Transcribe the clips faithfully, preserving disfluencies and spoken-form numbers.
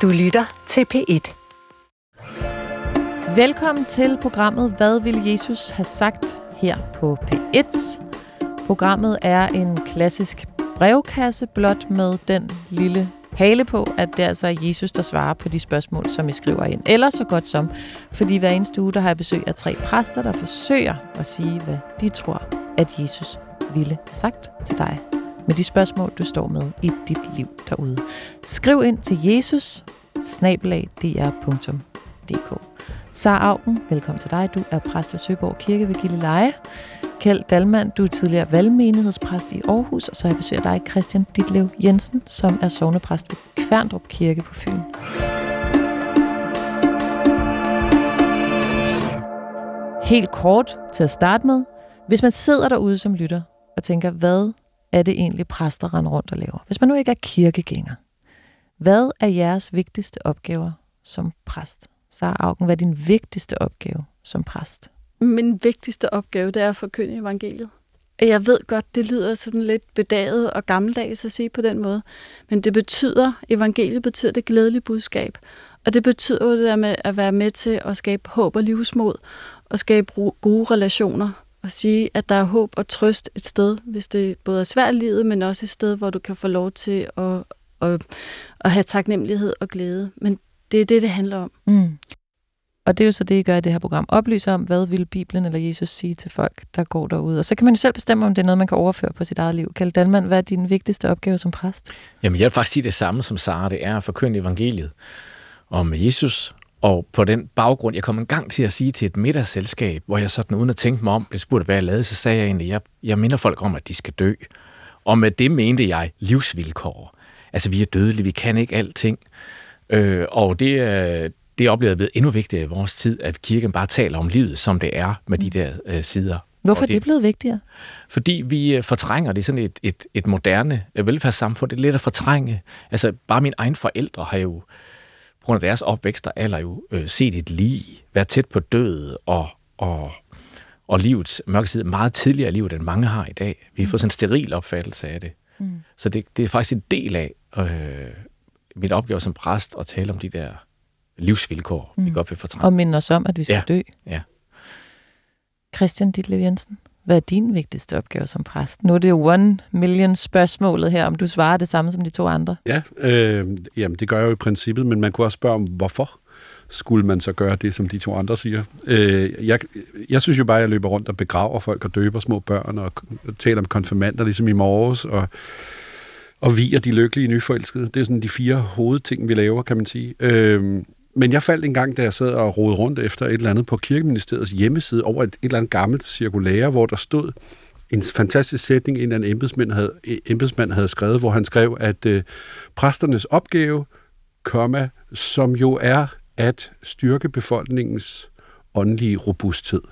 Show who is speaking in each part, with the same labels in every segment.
Speaker 1: Du lytter til P et.
Speaker 2: Velkommen til programmet Hvad vil Jesus have sagt her på P et. Programmet er en klassisk brevkasse, blot med den lille hale på, at det altså er Jesus, der svarer på de spørgsmål, som I skriver ind. Eller så godt som, fordi hver eneste uge, der har jeg besøg af tre præster, der forsøger at sige, hvad de tror, at Jesus ville have sagt til dig med de spørgsmål, du står med i dit liv derude. Skriv ind til jesus snabel-a d r punktum d k. Sara Auken, velkommen til dig. Du er præst ved Søborg Kirke ved Gilleleje. Kjeld Dalman, du er tidligere valgmenighedspræst i Aarhus, og så har jeg besøgt dig, Christian Ditlev Jensen, som er sognepræst ved Kværndrup Kirke på Fyn. Helt kort til at starte med. Hvis man sidder derude som lytter og tænker, hvad er det egentlig præster render rundt og laver? Hvis man nu ikke er kirkegænger, hvad er jeres vigtigste opgaver som præst? Sara Auken, hvad er din vigtigste opgave som præst?
Speaker 3: Min vigtigste opgave, det er at forkynde evangeliet. Jeg ved godt, det lyder sådan lidt bedaget og gammeldags at sige på den måde, men det betyder, evangeliet betyder det glædelige budskab, og det betyder jo det der med at være med til at skabe håb og livsmod, og skabe gode relationer, og sige, at der er håb og trøst et sted, hvis det både er svært i livet, men også et sted, hvor du kan få lov til at, at, at have taknemmelighed og glæde. Men det er det, det handler om.
Speaker 2: Mm. Og det er jo så det, I gør i det her program. Oplyser om, hvad vil Bibelen eller Jesus sige til folk, der går derude. Og så kan man jo selv bestemme, om det er noget, man kan overføre på sit eget liv. Kjeld Dalman, hvad er din vigtigste opgave som præst?
Speaker 4: Jamen, jeg vil faktisk sige det samme som Sara. Det er at forkynde evangeliet om Jesus. Og på den baggrund, jeg kom en gang til at sige til et middagsselskab, hvor jeg sådan uden at tænke mig om, blev spurgt, hvad jeg lavede, så sagde jeg egentlig, jeg, jeg minder folk om, at de skal dø. Og med det mente jeg livsvilkår. Altså, vi er dødelige, vi kan ikke alting. Øh, og det er... Det er oplevet blevet endnu vigtigere i vores tid, at kirken bare taler om livet, som det er med de der øh, sider.
Speaker 2: Hvorfor er det, det blevet vigtigere?
Speaker 4: Fordi vi øh, fortrænger det. Sådan et, et, et moderne velfærdssamfund. Det er let at fortrænge. Altså, bare mine egne forældre har jo, på grund af deres opvækst og alder, jo øh, set et lig, været tæt på død og, og, og livets mørke side meget tidligere i livet, end mange har i dag. Vi har fået sådan en steril opfattelse af det. Mm. Så det, det er faktisk en del af øh, mit opgave som præst at tale om de der livsvilkår, mm. vi godt vil fortrænge.
Speaker 2: Og minde os om, at vi skal
Speaker 4: ja.
Speaker 2: dø.
Speaker 4: Ja.
Speaker 2: Christian Ditlev Jensen, hvad er din vigtigste opgave som præst? Nu er det jo one million spørgsmålet her, om du svarer det samme som de to andre.
Speaker 5: Ja, øh, jamen det gør jeg jo i princippet, men man kunne også spørge om, hvorfor skulle man så gøre det, som de to andre siger. Øh, jeg, jeg synes jo bare, at jeg løber rundt og begraver folk og døber små børn og taler om konfirmander, ligesom i morges, og og vi er de lykkelige nyforelskede. Det er sådan de fire hovedting, vi laver, kan man sige. Øh, Men jeg faldt en gang, da jeg sad og rodede rundt efter et eller andet på Kirkeministeriets hjemmeside over et, et eller andet gammelt cirkulære, hvor der stod en fantastisk sætning, en eller anden embedsmand havde, embedsmand havde skrevet, hvor han skrev, at øh, præsternes opgave, komma, som jo er at styrke befolkningens åndelige robusthed.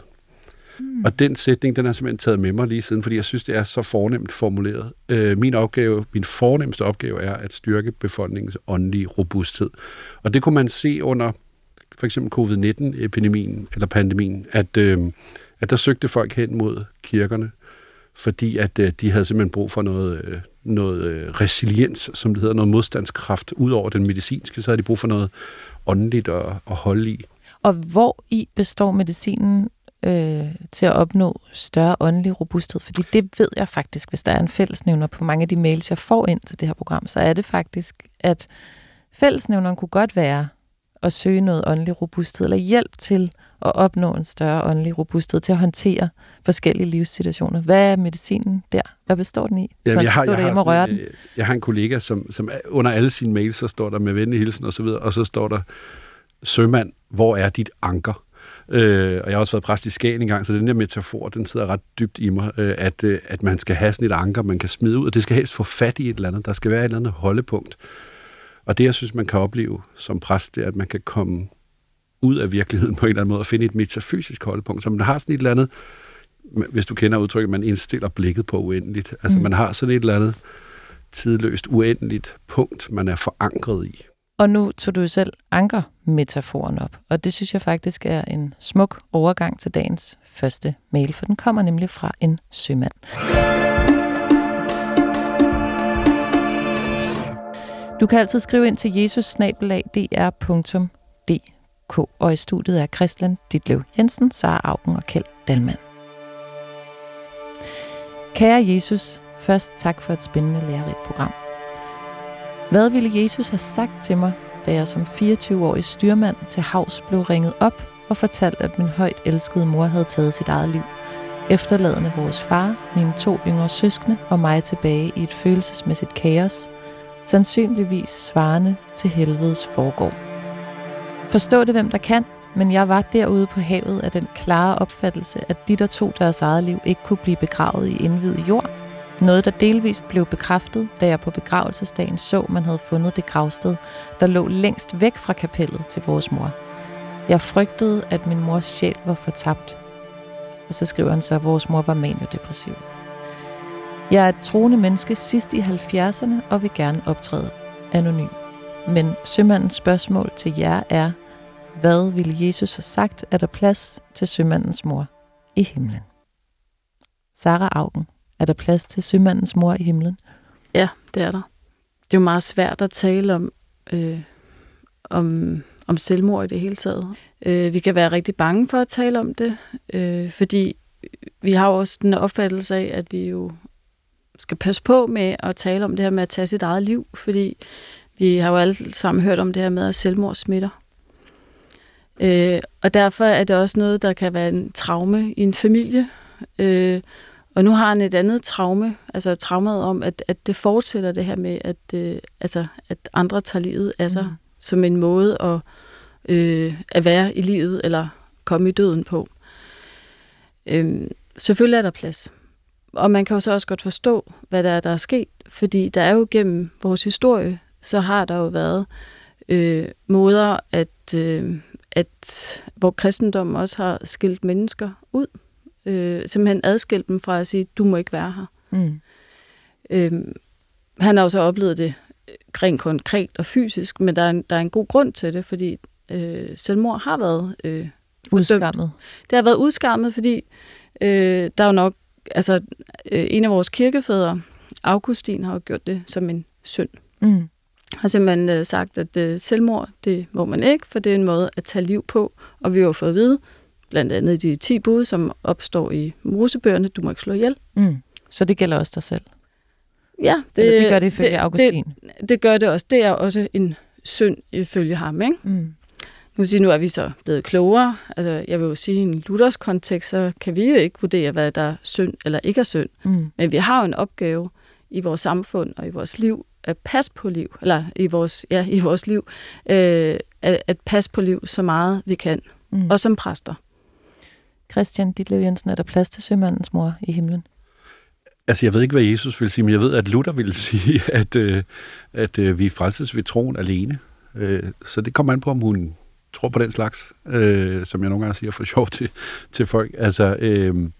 Speaker 5: Mm. Og den sætning, den har simpelthen taget med mig lige siden, fordi jeg synes, det er så fornemt formuleret. Øh, min opgave, min fornemste opgave er at styrke befolkningens åndelige robusthed. Og det kunne man se under for eksempel covid nitten-epidemien eller pandemien, at, øh, at der søgte folk hen mod kirkerne, fordi at øh, de havde simpelthen brug for noget, øh, noget øh, resiliens, som det hedder, noget modstandskraft. Ud over den medicinske, så havde de brug for noget åndeligt at, at holde i.
Speaker 2: Og hvor i består medicinen øh, til at opnå større åndelig robusthed? Fordi det ved jeg faktisk, hvis der er en fællesnævner på mange af de mails, jeg får ind til det her program, så er det faktisk, at fællesnævneren kunne godt være at søge noget åndelig robusthed, eller hjælp til at opnå en større åndelig robusthed, til at håndtere forskellige livssituationer. Hvad er medicinen der? Hvad består den i?
Speaker 5: Jamen, jeg, har, jeg, har sådan, jeg har en kollega, som, som under alle sine mails, så står der med venlig hilsen og så videre, og så står der, sømand, hvor er dit anker? Øh, og jeg har også været præst i Skagen engang, så den der metafor, den sidder ret dybt i mig, øh, at, øh, at man skal have sådan et anker, man kan smide ud, og det skal helst få fat i et eller andet. Der skal være et eller andet holdepunkt. Og det, jeg synes, man kan opleve som præst, det er, at man kan komme ud af virkeligheden på en eller anden måde og finde et metafysisk holdepunkt, så man har sådan et eller andet, hvis du kender udtrykket, man indstiller blikket på uendeligt. Altså mm. man har sådan et eller andet tidløst, uendeligt punkt, man er forankret i.
Speaker 2: Og nu tog du selv anker-metaforen op, og det synes jeg faktisk er en smuk overgang til dagens første mail, for den kommer nemlig fra en sømand. Du kan altid skrive ind til jesus snabel-a d r punktum d k, og i studiet er Christian Ditlev Jensen, Sara Auken og Kjeld Dalman. Kære Jesus, først tak for et spændende lærerigt program. Hvad ville Jesus have sagt til mig, da jeg som fireogtyve-årig styrmand til havs blev ringet op og fortalt, at min højt elskede mor havde taget sit eget liv, efterladende vores far, mine to yngre søskende og mig tilbage i et følelsesmæssigt kaos, sandsynligvis svarende til helvedes forgård. Forstå det, hvem der kan, men jeg var derude på havet af den klare opfattelse, at de, der tog deres eget liv, ikke kunne blive begravet i indviet jord. Noget, der delvist blev bekræftet, da jeg på begravelsesdagen så, man havde fundet det gravsted, der lå længst væk fra kapellet til vores mor. Jeg frygtede, at min mors sjæl var fortabt. Og så skriver han så, at vores mor var maniodepressiv. Jeg er et troende menneske sidst i halvfjerdserne og vil gerne optræde anonym. Men sømandens spørgsmål til jer er, hvad ville Jesus have sagt, er der plads til sømandens mor i himlen? Sara Auken, er der plads til sømandens mor i himlen?
Speaker 3: Ja, det er der. Det er jo meget svært at tale om, øh, om, om selvmord i det hele taget. Øh, vi kan være rigtig bange for at tale om det, øh, fordi vi har også den opfattelse af, at vi jo skal passe på med at tale om det her med at tage sit eget liv, fordi vi har jo alle sammen hørt om det her med, at selvmord smitter. Øh, og derfor er det også noget, der kan være en traume i en familie. Øh, og nu har han et andet traume, altså traumet om, at, at det fortsætter det her med, at, øh, altså, at andre tager livet af sig, mm. som en måde at, øh, at være i livet, eller komme i døden på. Øh, selvfølgelig er der plads. Og man kan jo så også godt forstå, hvad der er, der er sket, fordi der er jo gennem vores historie, så har der jo været øh, måder, at, øh, at hvor kristendommen også har skilt mennesker ud. Øh, simpelthen adskilt dem fra at sige, du må ikke være her. Mm. Øh, han har jo så oplevet det rent konkret og fysisk, men der er en, der er en god grund til det, fordi øh, selvmord har været øh,
Speaker 2: udskammet.
Speaker 3: Det har været udskammet, fordi øh, der er jo nok, altså øh, en af vores kirkefædre, Augustin, har jo gjort det som en synd. Mm. Har simpelthen øh, sagt, at øh, selvmord, det må man ikke, for det er en måde at tage liv på, og vi har jo fået at vide, blandt andet de ti bud, som opstår i Mosebøgerne, du må ikke slå ihjel. Mm.
Speaker 2: Så det gælder også dig selv?
Speaker 3: Ja. Det,
Speaker 2: Eller det gør det ifølge det, Augustin?
Speaker 3: Det, det gør det også. Det er også en synd ifølge ham, ikke? Mm. Nu vil sige, nu er vi så blevet klogere. Altså, jeg vil jo sige, i en Luthers kontekst, så kan vi jo ikke vurdere, hvad der er synd eller ikke er synd. Mm. Men vi har jo en opgave i vores samfund og i vores liv, at passe på liv, eller i vores, ja, i vores liv, øh, at, at passe på liv så meget vi kan, mm. og som præster.
Speaker 2: Christian Ditlev Jensen, er der plads til sømandens mor i himlen?
Speaker 5: Altså, jeg ved ikke, hvad Jesus vil sige, men jeg ved, at Luther ville sige, at, øh, at øh, vi frelses ved troen alene. Øh, så det kommer an på, om hun tror på den slags, øh, som jeg nogle gange siger for sjov til, til folk. Altså, øh,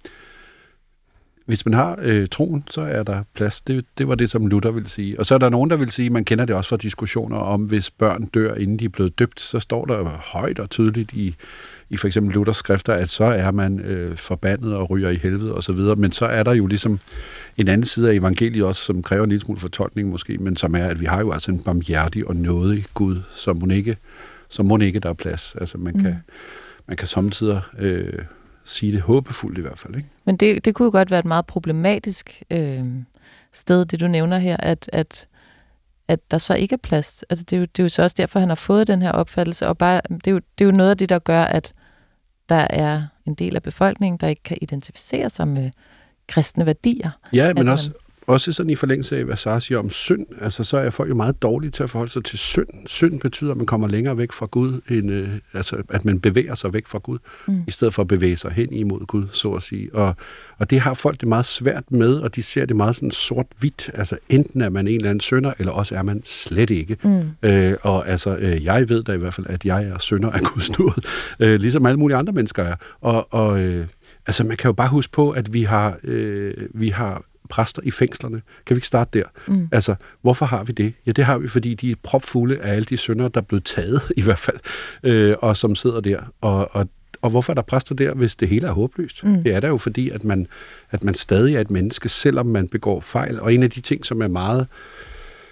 Speaker 5: hvis man har øh, troen, så er der plads. Det, det var det, som Luther ville sige. Og så er der nogen, der vil sige, man kender det også fra diskussioner om, hvis børn dør, inden de er blevet døbt, så står der højt og tydeligt i, i for eksempel Luthers skrifter, at så er man øh, forbandet og ryger i helvede og så videre. Men så er der jo ligesom en anden side af evangeliet også, som kræver en lille smule fortolkning måske, men som er, at vi har jo altså en barmhjertig og nådig Gud, som må ikke, som må ikke der er plads. Altså man mm. kan, man kan samtidig øh, sige det håbefuldt i hvert fald, ikke?
Speaker 2: Men det, det kunne jo godt være et meget problematisk øh, sted, det du nævner her, at, at, at der så ikke er plads. Altså det er, jo, det er jo så også derfor, han har fået den her opfattelse, og bare, det, er jo, det er jo noget af det, der gør, at der er en del af befolkningen, der ikke kan identificere sig med kristne værdier.
Speaker 5: Ja, men også, man... også sådan i forlængelse af, hvad Sara siger om synd, altså så er folk jo meget dårlige til at forholde sig til synd. Synd betyder, at man kommer længere væk fra Gud, end, øh, altså at man bevæger sig væk fra Gud, mm. i stedet for at bevæge sig hen imod Gud, så at sige. Og, og det har folk det meget svært med, og de ser det meget sådan sort-hvidt. Altså enten er man en eller anden synder, eller også er man slet ikke. Mm. Øh, og altså, øh, jeg ved da i hvert fald, at jeg er synder af Guds nåde, øh, ligesom alle mulige andre mennesker er. Og, og øh, altså, man kan jo bare huske på, at vi har, øh, vi har præster i fængslerne. Kan vi ikke starte der? Mm. Altså, hvorfor har vi det? Ja, det har vi, fordi de er propfulde af alle de syndere, der er blevet taget, i hvert fald, øh, og som sidder der. Og, og, og hvorfor er der præster der, hvis det hele er håbløst? Mm. Det er der jo, fordi at man, at man stadig er et menneske, selvom man begår fejl. Og en af de ting, som er meget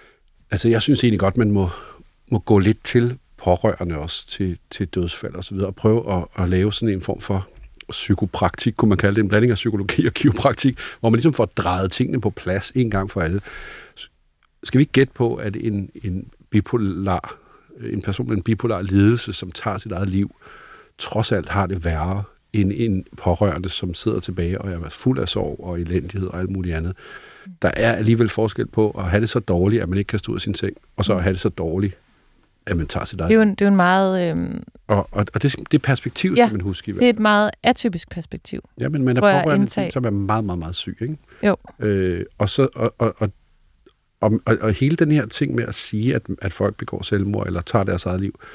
Speaker 5: Altså, jeg synes egentlig godt, man må, må gå lidt til pårørende også, til, til dødsfald og så videre, og prøve at, at lave sådan en form for psykopraktik, kunne man kalde det, en blanding af psykologi og kiropraktik, hvor man ligesom får drejet tingene på plads en gang for alle. Skal vi ikke gætte på, at en, en bipolar, en person med en bipolar lidelse, som tager sit eget liv, trods alt har det værre end en pårørende, som sidder tilbage og er fuld af sorg og elendighed og alt muligt andet. Der er alligevel forskel på at have det så dårligt, at man ikke kan stå ud af sin seng, og så at have det så dårligt, at man tager sit eget
Speaker 2: liv. Det er jo en, det er jo en meget... Øhm...
Speaker 5: Og, og, og det, det perspektiv skal ja, man huske i hvert
Speaker 2: fald. Det er et meget atypisk perspektiv.
Speaker 5: Ja, men man er pårørende, som er meget, meget, meget syg, ikke?
Speaker 2: Jo.
Speaker 5: Øh, og, så, og, og, og, og, og, og hele den her ting med at sige, at, at folk begår selvmord eller tager deres eget liv,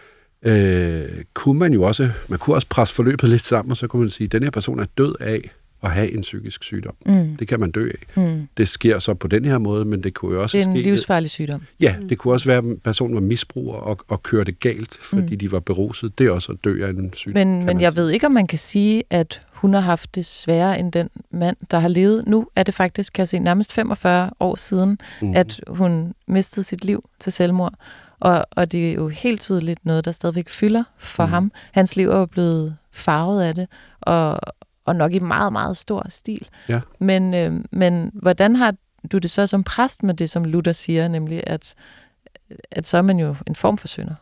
Speaker 5: øh, kunne man jo også, man kunne også presse forløbet lidt sammen, og så kunne man sige, at den her person er død af at have en psykisk sygdom. Mm. Det kan man dø af. Mm. Det sker så på den her måde, men det kunne jo også ske...
Speaker 2: Det er en ske, livsfarlig sygdom.
Speaker 5: Ja, det kunne også være, at personen var misbruger og, og kørte galt, fordi mm. de var beruset. Det er også at dø af en sygdom.
Speaker 2: Men, men jeg ved ikke, om man kan sige, at hun har haft det sværere end den mand, der har levet. Nu er det faktisk, kan jeg se, nærmest femogfyrre år siden, mm. at hun mistede sit liv til selvmord. Og, og det er jo helt tydeligt noget, der stadigvæk fylder for mm. ham. Hans liv er jo blevet farvet af det, og og nok i meget, meget stor stil. Ja. Men, øh, men hvordan har du det så som præst med det, som Luther siger, nemlig at, at så er man jo en form for synder?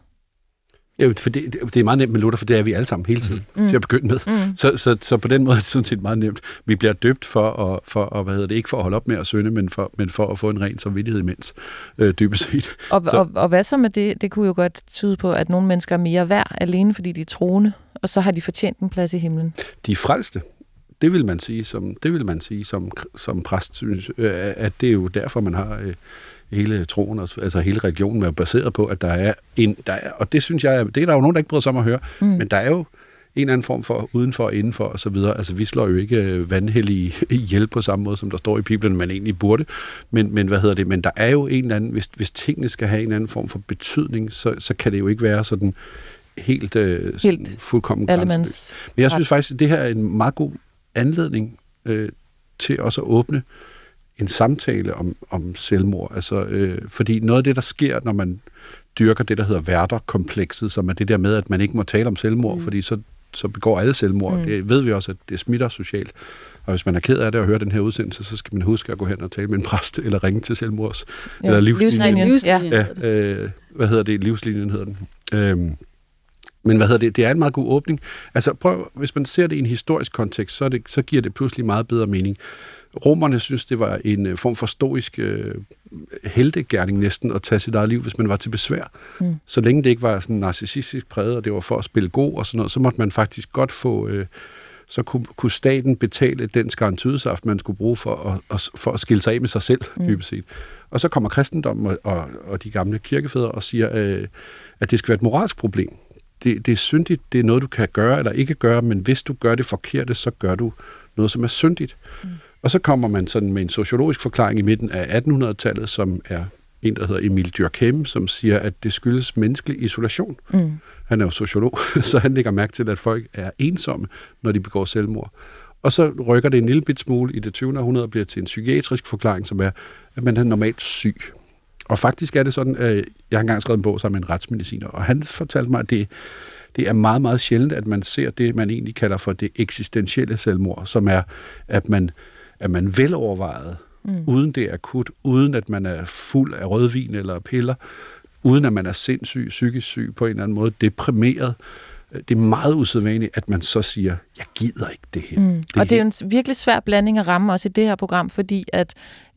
Speaker 5: Ja, for det, det er meget nemt med Luther, for det er vi alle sammen hele tiden, mm. til at begynde med. Mm. Så, så, så på den måde er det sådan set meget nemt. Vi bliver døbt for at, for at hvad hedder det, ikke for at holde op med at synde, men for, men for at få en ren samvittighed imens, øh, dybest set.
Speaker 2: Og, og, og hvad så med det? Det kunne jo godt tyde på, at nogle mennesker er mere værd alene, fordi de er troende, og så har de fortjent en plads i himlen.
Speaker 5: De er frelste. Det vil man sige som det vil man sige som som præst, synes, at det er jo derfor man har øh, hele troen, altså hele religionen er baseret på, at der er en der er, og det synes jeg, det er der jo nogen der ikke bryder sig om at høre, mm. men der er jo en eller anden form for udenfor og indenfor og så videre. Altså vi slår jo ikke vandhellige ihjel på samme måde som der står i Bibelen, man egentlig burde. Men men hvad hedder det? Men der er jo en eller anden, hvis hvis tingene skal have en eller anden form for betydning, så så kan det jo ikke være sådan helt, øh, helt fuldkommen grænseløst. Men jeg synes faktisk, at det her er en meget god anledning øh, til også at åbne en samtale om, om selvmord. Altså, øh, fordi noget af det, der sker, når man dyrker det, der hedder værterkomplekset, som er det der med, at man ikke må tale om selvmord, mm. fordi så, så begår alle selvmord. Mm. Det ved vi også, at det smitter socialt. Og hvis man er ked af det og hører den her udsendelse, så skal man huske at gå hen og tale med en præst, eller ringe til selvmords.
Speaker 2: Ja,
Speaker 5: eller
Speaker 2: livslinjen. livslinjen.
Speaker 5: Ja, øh, hvad hedder det? Livslinjen hedder den. Øh, Men hvad hedder det? Det er en meget god åbning. Altså prøv, hvis man ser det i en historisk kontekst, så, er det, så giver det pludselig meget bedre mening. Romerne synes, det var en form for stoisk øh, heltegerning næsten at tage sit eget liv, hvis man var til besvær. Mm. Så længe det ikke var sådan narcissistisk præget, og det var for at spille god og sådan noget, så måtte man faktisk godt få... Øh, så kunne, kunne staten betale den skarntydesaft, man skulle bruge for at, for at skille sig af med sig selv, mm. dybest set. Og så kommer kristendommen og, og, og de gamle kirkefædre og siger, øh, at det skal være et moralsk problem. Det, det er syndigt, det er noget, du kan gøre eller ikke gøre, men hvis du gør det forkerte, så gør du noget, som er syndigt. Mm. Og så kommer man sådan med en sociologisk forklaring i midten af attenhundredetallet, som er en, der hedder Emil Durkheim, som siger, at det skyldes menneskelig isolation. Mm. Han er jo sociolog, så han lægger mærke til, at folk er ensomme, når de begår selvmord. Og så rykker det en lille bit smule i det tyvende århundrede og bliver til en psykiatrisk forklaring, som er, at man er normalt syg. Og faktisk er det sådan, at jeg har engang skrevet en bog sammen med en retsmediciner, og han fortalte mig, at det, det er meget, meget sjældent, at man ser det, man egentlig kalder for det eksistentielle selvmord, som er, at man, at man velovervejet, mm. uden det er akut, uden at man er fuld af rødvin eller piller, uden at man er sindssyg, psykisk syg på en eller anden måde, deprimeret. Det er meget usædvanligt, at man så siger, jeg gider ikke det her. Mm.
Speaker 2: Det og det er jo en virkelig svær blanding at ramme også i det her program, fordi at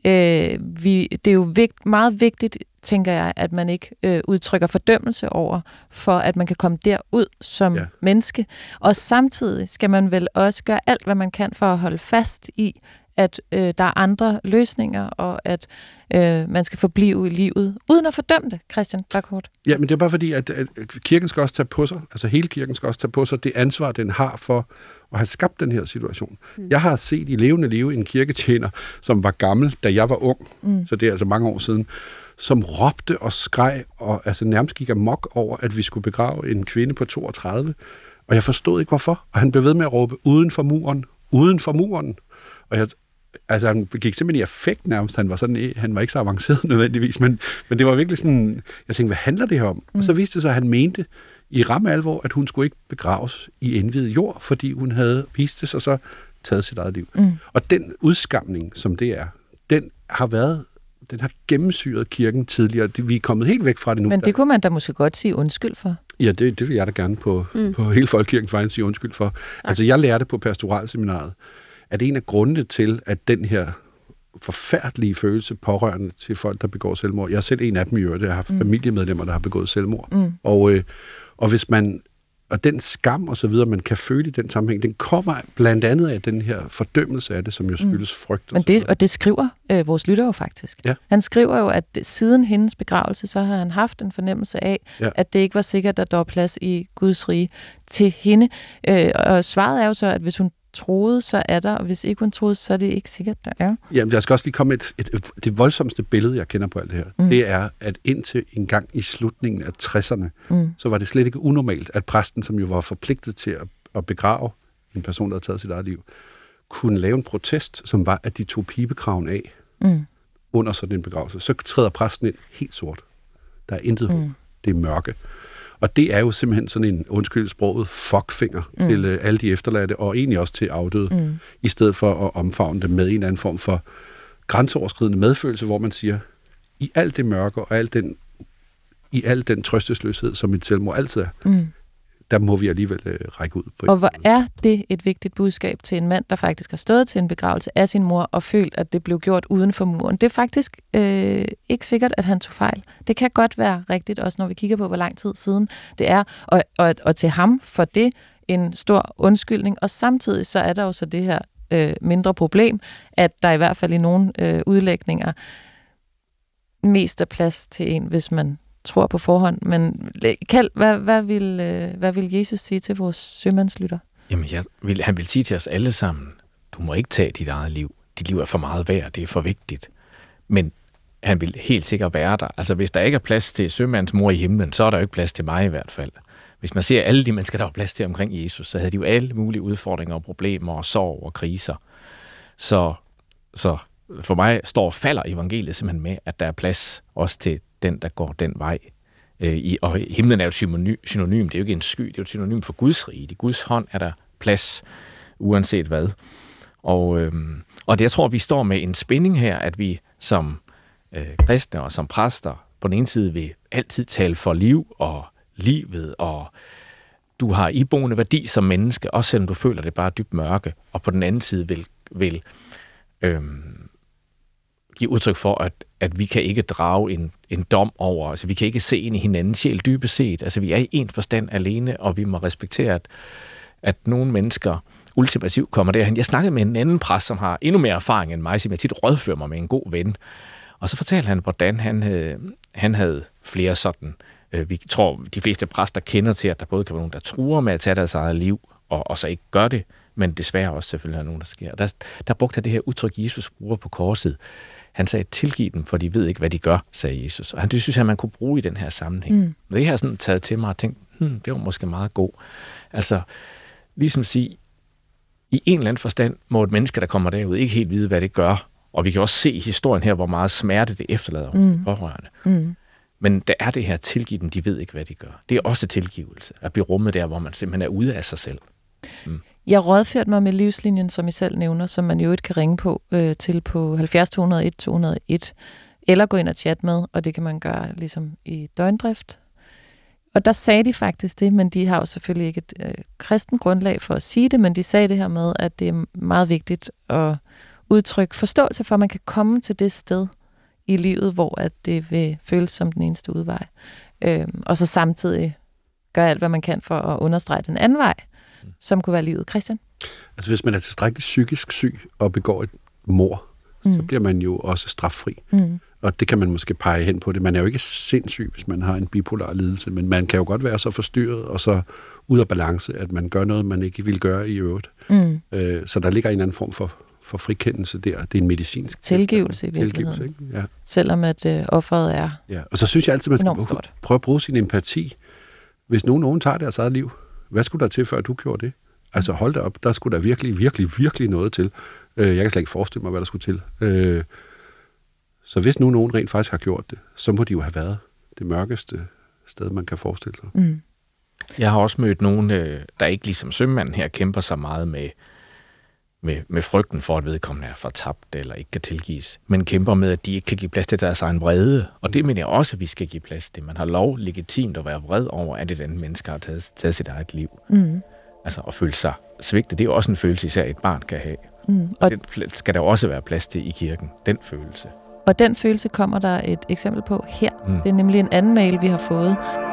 Speaker 2: øh, vi, det er jo vigt, meget vigtigt, tænker jeg, at man ikke øh, udtrykker fordømmelse over, for at man kan komme derud som ja. menneske. Og samtidig skal man vel også gøre alt, hvad man kan for at holde fast i, at øh, der er andre løsninger, og at øh, man skal forblive i livet, uden at fordømme det, Christian Backholt.
Speaker 5: Ja, men det er bare fordi, at, at kirken skal også tage på sig, altså hele kirken skal også tage på sig det ansvar, den har for at have skabt den her situation. Mm. Jeg har set i levende liv en kirketjener, som var gammel, da jeg var ung, mm. så det er altså mange år siden, som råbte og skreg, og altså nærmest gik amok over, at vi skulle begrave en kvinde på toogtredive, og jeg forstod ikke hvorfor, og han blev ved med at råbe uden for muren, uden for muren. Og jeg, altså han gik simpelthen i affekt nærmest. Han var, sådan, han var ikke så avanceret nødvendigvis, men, men det var virkelig sådan, jeg tænkte, hvad handler det her om? Mm. Og så viste det sig, at han mente i ramme alvor, at hun skulle ikke begraves i indviet jord, fordi hun havde vist det, og så taget sit eget liv. Mm. Og den udskamning, som det er, den har været, den har gennemsyret kirken tidligere. Vi er kommet helt væk fra det nu.
Speaker 2: Men det kunne man da måske godt sige undskyld for.
Speaker 5: Ja, det, det vil jeg da gerne på, mm. på hele folkekirken faktisk sige undskyld for. Tak. Altså, jeg lærte på pastoralseminaret, at en af grundene til, at den her forfærdelige følelse pårørende til folk, der begår selvmord, jeg er selv en af dem i øvrigt, jeg har haft mm. familiemedlemmer, der har begået selvmord. Mm. Og, øh, og hvis man Og den skam og så videre, man kan føle i den sammenhæng, den kommer blandt andet af den her fordømmelse af det, som jo skyldes mm. frygt. Og,
Speaker 2: Men det, og det skriver øh, vores lytter jo faktisk. Ja. Han skriver jo, at siden hendes begravelse, så har han haft en fornemmelse af, ja. at det ikke var sikkert, at der var plads i Guds rige til hende. Øh, og svaret er jo så, at hvis hun troede, så er der, og hvis ikke hun troede, så er det ikke sikkert, der er.
Speaker 5: Jamen, jeg skal også lige komme et, et, et det voldsomste billede, jeg kender på alt det her. Mm. Det er, at indtil en gang i slutningen af tresserne, mm. så var det slet ikke unormalt, at præsten, som jo var forpligtet til at, at begrave en person, der havde taget sit eget liv, kunne lave en protest, som var, at de tog pibekraven af mm. under sådan en begravelse. Så træder præsten ind helt sort. Der er intet håb. Mm. Det er mørke. Og det er jo simpelthen sådan en, undskyld sproget, fuckfinger mm. til uh, alle de efterladte, og egentlig også til afdøde, mm. i stedet for at omfavne dem med en eller anden form for grænseoverskridende medfølelse, hvor man siger, i alt det mørke og al den, i al den trøstesløshed, som et selvmord altid er, mm. der må vi alligevel uh, række ud på.
Speaker 2: Og hvor er det et vigtigt budskab til en mand, der faktisk har stået til en begravelse af sin mor og følt, at det blev gjort uden for muren. Det er faktisk øh, ikke sikkert, at han tog fejl. Det kan godt være rigtigt, også når vi kigger på, hvor lang tid siden det er. Og, og, og til ham for det en stor undskyldning. Og samtidig så er der jo så det her øh, mindre problem, at der i hvert fald i nogle øh, udlægninger mest er plads til en, hvis man tror på forhånd. Men Kjeld, hvad, hvad, vil, hvad vil Jesus sige til vores sømandslytter?
Speaker 4: Jamen, jeg vil, han vil sige til os alle sammen, du må ikke tage dit eget liv. Dit liv er for meget værd, det er for vigtigt. Men han vil helt sikkert være der. Altså, hvis der ikke er plads til sømands mor i himlen, så er der jo ikke plads til mig i hvert fald. Hvis man ser alle de mennesker, der var plads til omkring Jesus, så havde de jo alle mulige udfordringer og problemer og sorg og kriser. Så, så for mig står og falder evangeliet simpelthen med, at der er plads også til den, der går den vej. Øh, i, og himlen er jo et synonym, det er jo ikke en sky, det er jo et synonym for Guds rige. I Guds hånd er der plads, uanset hvad. Og, øh, og det, jeg tror, vi står med en spænding her, at vi som øh, kristne og som præster på den ene side vil altid tale for liv og livet, og du har iboende værdi som menneske, også selvom du føler det bare dybt mørke, og på den anden side vil, vil øh, give udtryk for, at, at vi kan ikke drage en, en dom over, altså vi kan ikke se ind i hinanden sjæl dybest set, altså vi er i en forstand alene, og vi må respektere, at, at nogle mennesker ultimativt kommer derhen. Jeg snakkede med en anden præst, som har endnu mere erfaring end mig, som jeg tit rådfører mig med en god ven, og så fortalte han, hvordan han havde, han havde flere sådan, øh, vi tror, de fleste præster kender til, at der både kan være nogen, der truer med at tage deres eget liv, og, og så ikke gør det, men desværre også selvfølgelig er nogen, der sker. Der, der brugte han det her udtryk, Jesus bruger på korset. Han sagde, tilgiv dem, for de ved ikke, hvad de gør, sagde Jesus. Og han, det synes jeg, man kunne bruge i den her sammenhæng. Mm. Det har jeg sådan taget til mig og tænkt, hmm, det var måske meget god. Altså, ligesom sige, i en eller anden forstand må et menneske, der kommer derud, ikke helt vide, hvad det gør. Og vi kan også se i historien her, hvor meget smerte det efterlader mm. pårørende. Mm. Men der er det her, tilgiv dem, de ved ikke, hvad de gør. Det er også tilgivelse, at blive rummet der, hvor man simpelthen er ude af sig selv. Mm.
Speaker 2: Jeg rådførte mig med livslinjen, som I selv nævner, som man jo ikke kan ringe på øh, til på halvfjerds to hundrede og en to hundrede og en, eller gå ind og chatte med, og det kan man gøre ligesom i døgndrift. Og der sagde de faktisk det, men de har jo selvfølgelig ikke et øh, kristen grundlag for at sige det, men de sagde det her med, at det er meget vigtigt at udtrykke forståelse for, at man kan komme til det sted i livet, hvor at det vil føles som den eneste udvej. Øh, og så samtidig gøre alt, hvad man kan for at understrege den anden vej, som kunne være livet. Christian?
Speaker 5: Altså hvis man er tilstrækkeligt psykisk syg og begår et mord, mm. så bliver man jo også straffri. Mm. Og det kan man måske pege hen på det. Man er jo ikke sindssyg, hvis man har en bipolar lidelse, men man kan jo godt være så forstyrret og så ud af balance, at man gør noget, man ikke vil gøre i øvrigt. Mm. Øh, så der ligger en anden form for, for frikendelse der. Det er en medicinsk
Speaker 2: tilgivelse i virkeligheden.
Speaker 5: Tilgivelse, ikke? Ja.
Speaker 2: Selvom at øh, offeret er
Speaker 5: ja. Og så synes jeg altid, man skal prøve at bruge sin empati. Hvis nogen, nogen tager deres eget liv, hvad skulle der til, før du gjorde det? Altså hold da op, der skulle der virkelig, virkelig, virkelig noget til. Øh, jeg kan slet ikke forestille mig, hvad der skulle til. Øh, så hvis nu nogen rent faktisk har gjort det, så må de jo have været det mørkeste sted, man kan forestille sig.
Speaker 2: Mm.
Speaker 4: Jeg har også mødt nogen, der ikke ligesom sømanden her kæmper så meget med, med, med frygten for, at vedkommende er fortabt eller ikke kan tilgives, men kæmper med, at de ikke kan give plads til deres egen vrede. Og det mener jeg også, at vi skal give plads til. Man har lov legitimt at være vred over, at et andet menneske har taget, taget sit eget liv.
Speaker 2: Mm.
Speaker 4: Altså at føle sig svigtet, det er jo også en følelse, især et barn kan have.
Speaker 2: Mm. Og
Speaker 4: den skal der også være plads til i kirken, den følelse.
Speaker 2: Og den følelse kommer der et eksempel på her. Mm. Det er nemlig en anden mail, vi har fået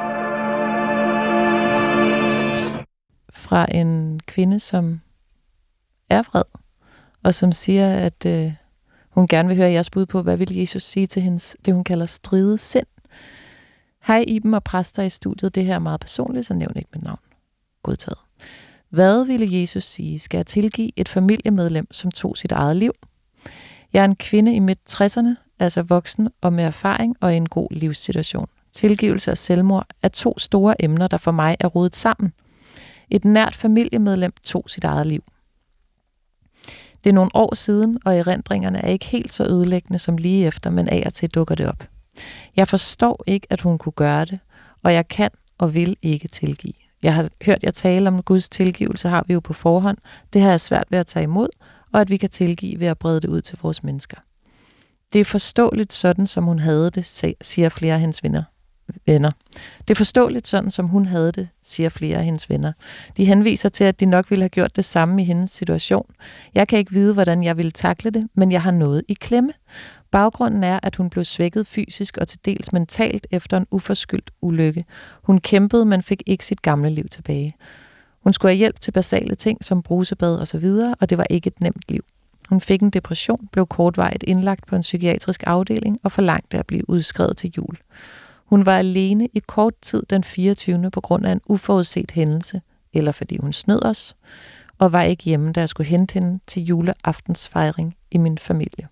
Speaker 2: fra en kvinde, som er vred, og som siger, at øh, hun gerne vil høre jeres bud på, hvad vil Jesus sige til hendes, det hun kalder stride sind. Hej Iben og præster i studiet, det her er meget personligt, så nævn ikke mit navn. Godtaget. Hvad ville Jesus sige? Skal jeg tilgive et familiemedlem, som tog sit eget liv? Jeg er en kvinde i midt tresserne, altså voksen og med erfaring og i en god livssituation. Tilgivelse og selvmord er to store emner, der for mig er rodet sammen. Et nært familiemedlem tog sit eget liv. Det er nogle år siden, og erindringerne er ikke helt så ødelæggende som lige efter, men af og til dukker det op. Jeg forstår ikke, at hun kunne gøre det, og jeg kan og vil ikke tilgive. Jeg har hørt jer tale om Guds tilgivelse, har vi jo på forhånd. Det har jeg svært ved at tage imod, og at vi kan tilgive ved at brede det ud til vores mennesker. Det er forståeligt sådan, som hun havde det, siger flere af hendes venner. venner. Det er forståeligt sådan, som hun havde det, siger flere af hendes venner. De henviser til, at de nok ville have gjort det samme i hendes situation. Jeg kan ikke vide, hvordan jeg ville takle det, men jeg har noget i klemme. Baggrunden er, at hun blev svækket fysisk og til dels mentalt efter en uforskyldt ulykke. Hun kæmpede, men fik ikke sit gamle liv tilbage. Hun skulle have hjælp til basale ting som brusebad og så videre, og det var ikke et nemt liv. Hun fik en depression, blev kortvarigt indlagt på en psykiatrisk afdeling og forlangte at blive udskrevet til jul. Hun var alene i kort tid den fireogtyvende på grund af en uforudset hændelse, eller fordi hun snød os, og var ikke hjemme, da jeg skulle hente hende til juleaftensfejring i min familie.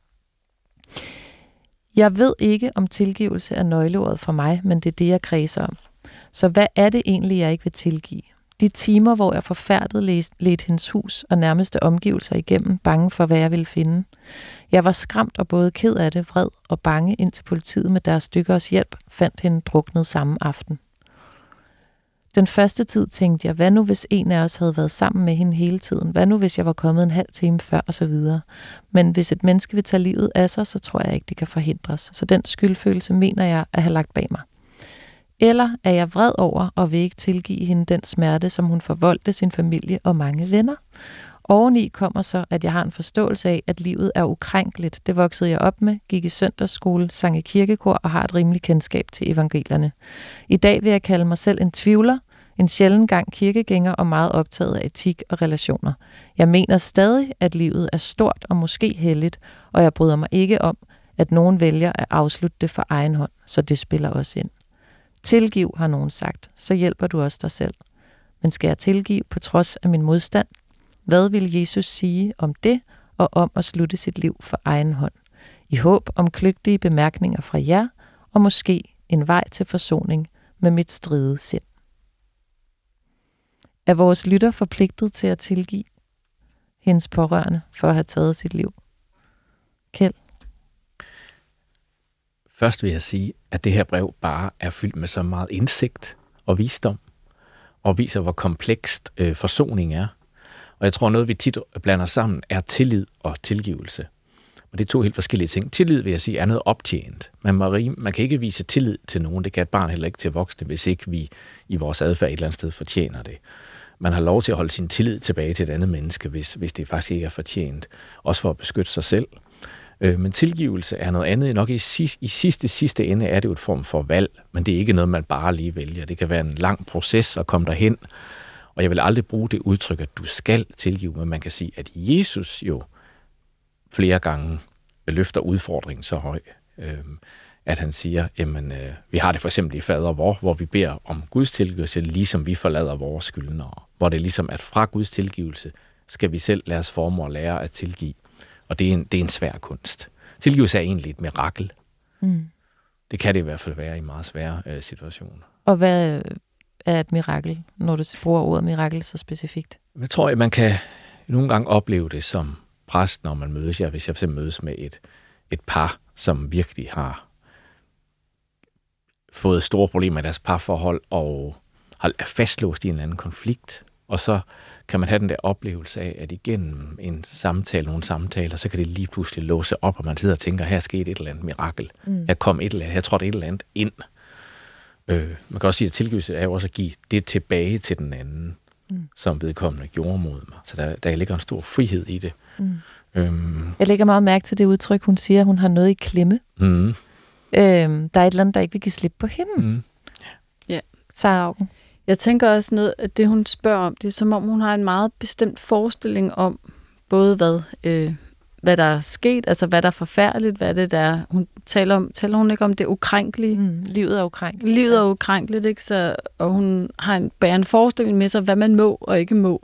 Speaker 2: Jeg ved ikke, om tilgivelse er nøgleordet for mig, men det er det, jeg kredser om. Så hvad er det egentlig, jeg ikke vil tilgive? De timer, hvor jeg forfærdet ledte hendes hus og nærmeste omgivelser igennem, bange for, hvad jeg ville finde. Jeg var skræmt og både ked af det, vred og bange, indtil politiet med deres stykkers hjælp fandt hende druknet samme aften. Den første tid tænkte jeg, hvad nu hvis en af os havde været sammen med hende hele tiden? Hvad nu hvis jeg var kommet en halv time før og så videre? Men hvis et menneske vil tage livet af sig, så tror jeg ikke, det kan forhindres. Så den skyldfølelse mener jeg at have lagt bag mig. Eller er jeg vred over og vil ikke tilgive hende den smerte, som hun forvoldte sin familie og mange venner? Oveni kommer så, at jeg har en forståelse af, at livet er ukrænkeligt. Det voksede jeg op med, gik i søndagsskole, sang i kirkekor og har et rimeligt kendskab til evangelierne. I dag vil jeg kalde mig selv en tvivler, en sjælden gang kirkegænger og meget optaget af etik og relationer. Jeg mener stadig, at livet er stort og måske helligt, og jeg bryder mig ikke om, at nogen vælger at afslutte det for egen hånd, så det spiller også ind. Tilgiv, har nogen sagt, så hjælper du også dig selv. Men skal jeg tilgive på trods af min modstand? Hvad vil Jesus sige om det og om at slutte sit liv for egen hånd? I håb om kløgtige bemærkninger fra jer, og måske en vej til forsoning med mit stride sind. Er vores lytter forpligtet til at tilgive hendes pårørende for at have taget sit liv? Kjeld?
Speaker 4: Først vil jeg sige, at det her brev bare er fyldt med så meget indsigt og visdom, og viser, hvor komplekst øh, forsoning er. Og jeg tror, noget vi tit blander sammen, er tillid og tilgivelse. Og det er to helt forskellige ting. Tillid, vil jeg sige, er noget optjent. Man, man, man kan ikke vise tillid til nogen. Det kan et barn heller ikke til voksne, hvis ikke vi i vores adfærd et eller andet sted fortjener det. Man har lov til at holde sin tillid tilbage til et andet menneske, hvis, hvis det faktisk ikke er fortjent. Også for at beskytte sig selv. Øh, men tilgivelse er noget andet. Nok i, sidste, i sidste, sidste ende er det jo et form for valg, men det er ikke noget, man bare lige vælger. Det kan være en lang proces at komme derhen. Og jeg vil aldrig bruge det udtryk, at du skal tilgive, men man kan sige, at Jesus jo flere gange løfter udfordringen så høj, øh, at han siger, jamen, øh, vi har det for eksempel i Fader vor, hvor vi beder om Guds tilgivelse, ligesom vi forlader vores skyldnere. Hvor det ligesom, at fra Guds tilgivelse skal vi selv lade os forme og lære at tilgive. Og det er en, det er en svær kunst. Tilgivelse er egentlig et mirakel. Mm. Det kan det i hvert fald være i meget svære øh, situationer.
Speaker 2: Og hvad er et mirakel, når du bruger ordet mirakel så specifikt?
Speaker 4: Jeg tror, at man kan nogle gange opleve det som præst, når man mødes. Jeg, hvis jeg f.eks. mødes med et, et par, som virkelig har fået store problemer i deres parforhold og er fastlåst i en eller anden konflikt, og så kan man have den der oplevelse af, at igennem en samtale, nogle samtaler, så kan det lige pludselig låse op, og man sidder og tænker, her skete et eller andet mirakel. Mm. Her kom et eller andet, her trådte et eller andet ind. Øh, man kan også sige, at tilgivelse er jo også at give det tilbage til den anden, mm. som vedkommende gjorde mod mig. Så der, der ligger en stor frihed i det. Mm. Øhm.
Speaker 2: Jeg lægger meget mærke til det udtryk, hun siger, hun har noget i klemme. Mm. Øhm, der er et eller andet, der ikke vil give slip på hende. Mm.
Speaker 3: Ja.
Speaker 2: Sarah Auken.
Speaker 3: Jeg tænker også noget, at det hun spørger om, det er som om hun har en meget bestemt forestilling om, både hvad, øh, hvad der er sket, altså hvad der er forfærdeligt, hvad det der er. Hun taler om, taler hun ikke om det ukrænkelige?
Speaker 2: Mm, livet er ukrænkeligt.
Speaker 3: Livet er ukrænkeligt, ikke? Så, og hun har en, bærer en forestilling med sig, hvad man må og ikke må.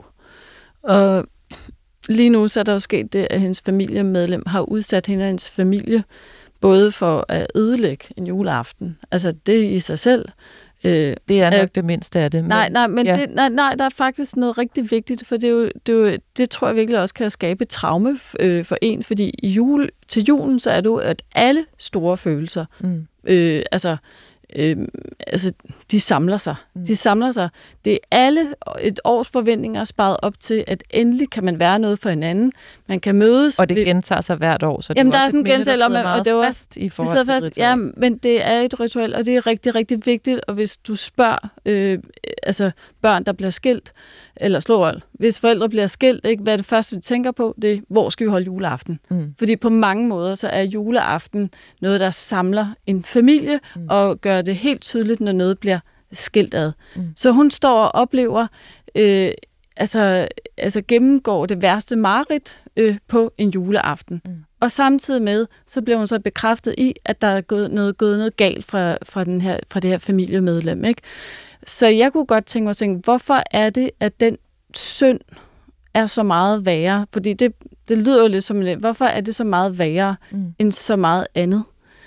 Speaker 3: Og lige nu så er der jo sket det, at hendes familiemedlem har udsat hende og hendes familie, både for at ødelægge en juleaften. Altså det i sig selv.
Speaker 2: Øh, det er nok øh, det mindste af det.
Speaker 3: Men, nej, nej, men ja. det, nej, nej, der er faktisk noget rigtig vigtigt, for det, er jo, det, er jo, det tror jeg virkelig også kan skabe et traume øh, for en, fordi i jule, til julen, så er det jo, at alle store følelser, mm. øh, altså, øh, altså, de samler sig. Mm. De samler sig. Det er alle et års forventninger sparet op til, at endelig kan man være noget for hinanden. Man kan mødes.
Speaker 2: Og det gentager sig hvert år, så det
Speaker 3: jamen,
Speaker 2: er
Speaker 3: der
Speaker 2: også
Speaker 3: er sådan en gentagelse om,
Speaker 2: og
Speaker 3: det var
Speaker 2: fast i forhold til
Speaker 3: fast,
Speaker 2: ritual.
Speaker 3: Ja, men det er et ritual, og det er rigtig, rigtig vigtigt. Og hvis du spørger øh, altså børn, der bliver skilt, eller slåvold, hvis forældre bliver skilt, ikke, hvad er det første, vi tænker på? Det er, hvor skal vi holde juleaften? Mm. Fordi på mange måder, så er juleaften noget, der samler en familie, mm. og gør det helt tydeligt, når noget bliver skilt ad. Mm. Så hun står og oplever, øh, altså, altså gennemgår det værste mareridt øh, på en juleaften. Mm. Og samtidig med, så bliver hun så bekræftet i, at der er gået noget, gået noget galt fra, fra, den her, fra det her familiemedlem. Ikke? Så jeg kunne godt tænke mig at tænke, hvorfor er det, at den synd er så meget værre? Fordi det, det lyder jo lidt som, hvorfor er det så meget værre mm. end så meget andet?